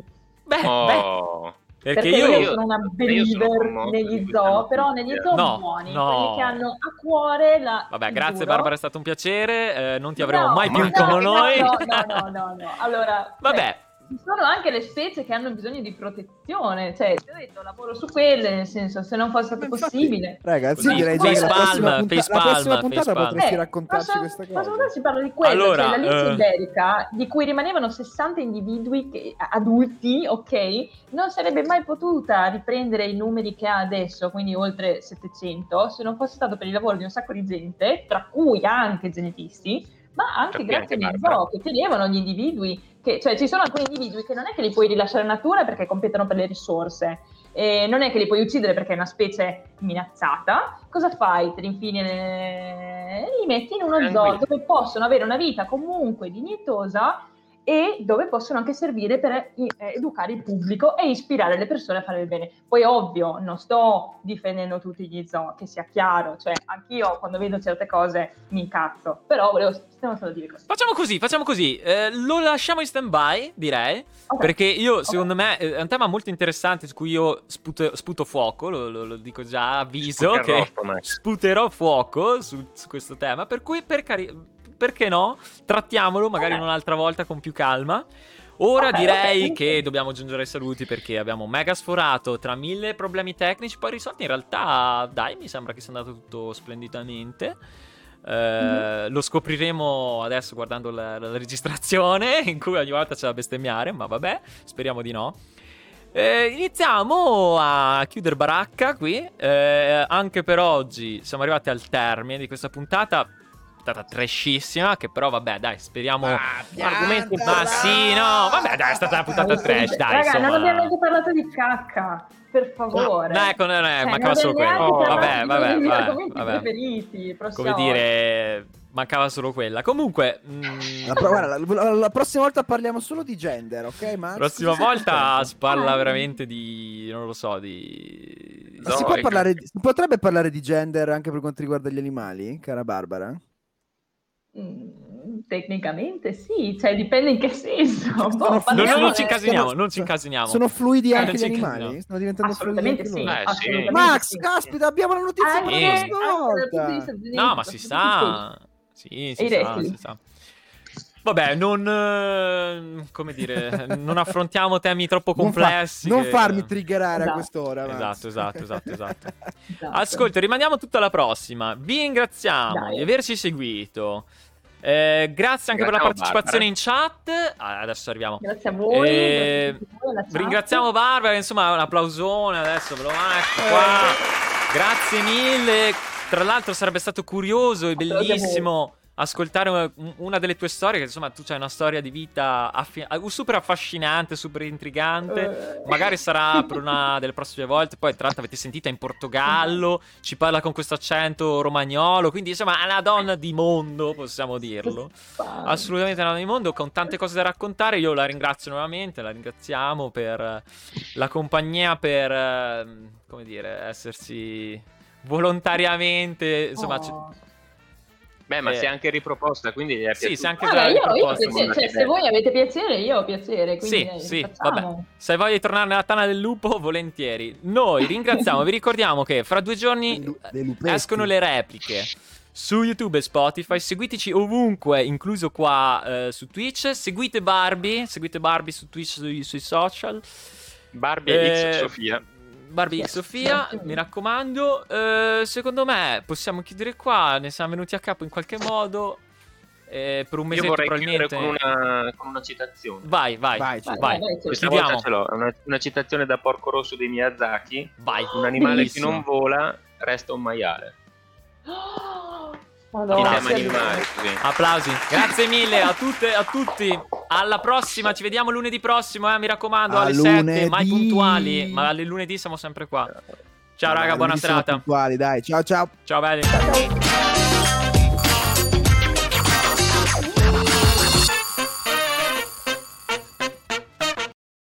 Oh. Perché Perché io sono una io sono believer commosso di negli questa zoo, però negli notizia. zoo No, buoni, no. quelli che hanno a cuore la Vabbè, il grazie duro. Barbara, è stato un piacere. Non ti avremo No, mai più no, con noi. No. Allora, Vabbè. ci sono anche le specie che hanno bisogno di protezione, cioè ti ho detto lavoro su quelle, nel senso se non fosse stato Infatti, possibile. Ragazzi, Così, direi già che facepalm, la prossima puntata facepalm. potresti raccontarci questa Ma cosa. si parla di quello, Allora, cioè la lince iberica, di cui rimanevano 60 individui adulti, ok, non sarebbe mai potuta riprendere i numeri che ha adesso, quindi oltre 700, se non fosse stato per il lavoro di un sacco di gente, tra cui anche genetisti, ma anche Tra cui grazie anche agli Barbara. zoo che tenevano gli individui, cioè ci sono alcuni individui che non è che li puoi rilasciare in natura perché competono per le risorse, non è che li puoi uccidere perché è una specie minacciata. Cosa fai? Te li infili, li metti in uno zoo dove possono avere una vita comunque dignitosa e dove possono anche servire per educare il pubblico e ispirare le persone a fare il bene. Poi ovvio, non sto difendendo tutti gli zoo, che sia chiaro, cioè anch'io quando vedo certe cose mi incazzo, però stiamo solo a dire così. Facciamo così, lo lasciamo in stand-by, direi, Okay. perché io, secondo me, è un tema molto interessante su cui io sputo fuoco, lo dico già, avviso, che sputerò fuoco su questo tema, per cui perché no? Trattiamolo magari un'altra volta con più calma. Ora direi che dobbiamo giungere ai saluti perché abbiamo mega sforato tra 1000 problemi tecnici, poi risolti. In realtà, dai, mi sembra che sia andato tutto splendidamente. Lo scopriremo adesso guardando la registrazione, in cui ogni volta c'è da bestemmiare, ma vabbè, speriamo di no. Iniziamo a chiudere baracca qui. Anche per oggi siamo arrivati al termine di questa puntata trashissima, che però vabbè, dai, speriamo argomenti ma sì, no, vabbè, dai, è stata una puntata trash, dai, raga, insomma. non abbiamo neanche parlato di cacca, per favore. No, ecco, mancava solo quello. Vabbè, I miei argomenti preferiti, come dire, mancava solo quella. Comunque, la prossima volta parliamo solo di gender, ok? Ma la prossima volta si parla veramente di, non lo so, di... Ma si potrebbe parlare di gender anche per quanto riguarda gli animali, cara Barbara? Tecnicamente sì, cioè dipende in che senso. Sono Non ci incasiniamo, non ci incasiniamo. Sono fluidi anche Non gli ci animali? incasiniamo. Stanno diventando Assolutamente fluidi sì, anche loro? sì. assolutamente Max, sì. caspita, abbiamo la notizia Anche, per la anche prossima dal punto di volta. vista genetico, No, ma si tutti sa. Sì, E si i sa, rettili. si sa. Vabbè, come dire, non affrontiamo temi troppo complessi. Non che- farmi triggerare a Esatto. quest'ora, Max. Esatto. Esatto. Ascolta, rimaniamo tutta alla prossima. Vi ringraziamo Dai. di averci seguito. Grazie anche per la Ringraziamo partecipazione in chat. Adesso arriviamo. Grazie a voi. grazie a tutti voi, alla chat. Ringraziamo Barbara, insomma, un applausone adesso ve lo metto qua. Grazie mille. Tra l'altro sarebbe stato curioso e Applausi a voi. bellissimo ascoltare una delle tue storie, che insomma tu c'hai una storia di vita super affascinante, super intrigante. Magari sarà per una delle prossime volte. Poi tra l'altro avete sentita in Portogallo, ci parla con questo accento romagnolo, quindi insomma è una donna di mondo, possiamo dirlo. Assolutamente una donna di mondo, con tante cose da raccontare. Io la ringrazio nuovamente, la ringraziamo per la compagnia, per come dire, essersi volontariamente, insomma, Beh, ma si è anche riproposta, quindi è sì, si è anche Vabbè, già io ho riproposta. piacere, cioè, se voi avete piacere, io ho piacere, quindi Sì, facciamo. vabbè. Se hai voglia di tornare nella tana del lupo, volentieri. Noi ringraziamo, vi ricordiamo che fra 2 giorni Dei lupetti. escono le repliche su YouTube e Spotify. Seguiteci ovunque, incluso qua su Twitch. Seguite Barbie su Twitch, sui social. Barbie X Sofia. Barbie Sofia, mi raccomando. Secondo me possiamo chiudere qua. Ne siamo venuti a capo in qualche modo. Per un Io mesetto vorrei probabilmente. chiudere con una citazione. Vai. Questa Chiudiamo. volta ce l'ho, è una citazione da Porco Rosso di Miyazaki. Vai. Un animale Bellissimo. che non vola resta un maiale. Madonna, Chiama animali, così. Applausi. Grazie mille a tutte e a tutti. Alla prossima, ci vediamo lunedì prossimo, mi raccomando, alle 7, mai puntuali, ma alle lunedì siamo sempre qua. Ciao raga, buona Lunedì siamo serata. puntuali, dai. Ciao. Ciao belli. Ciao.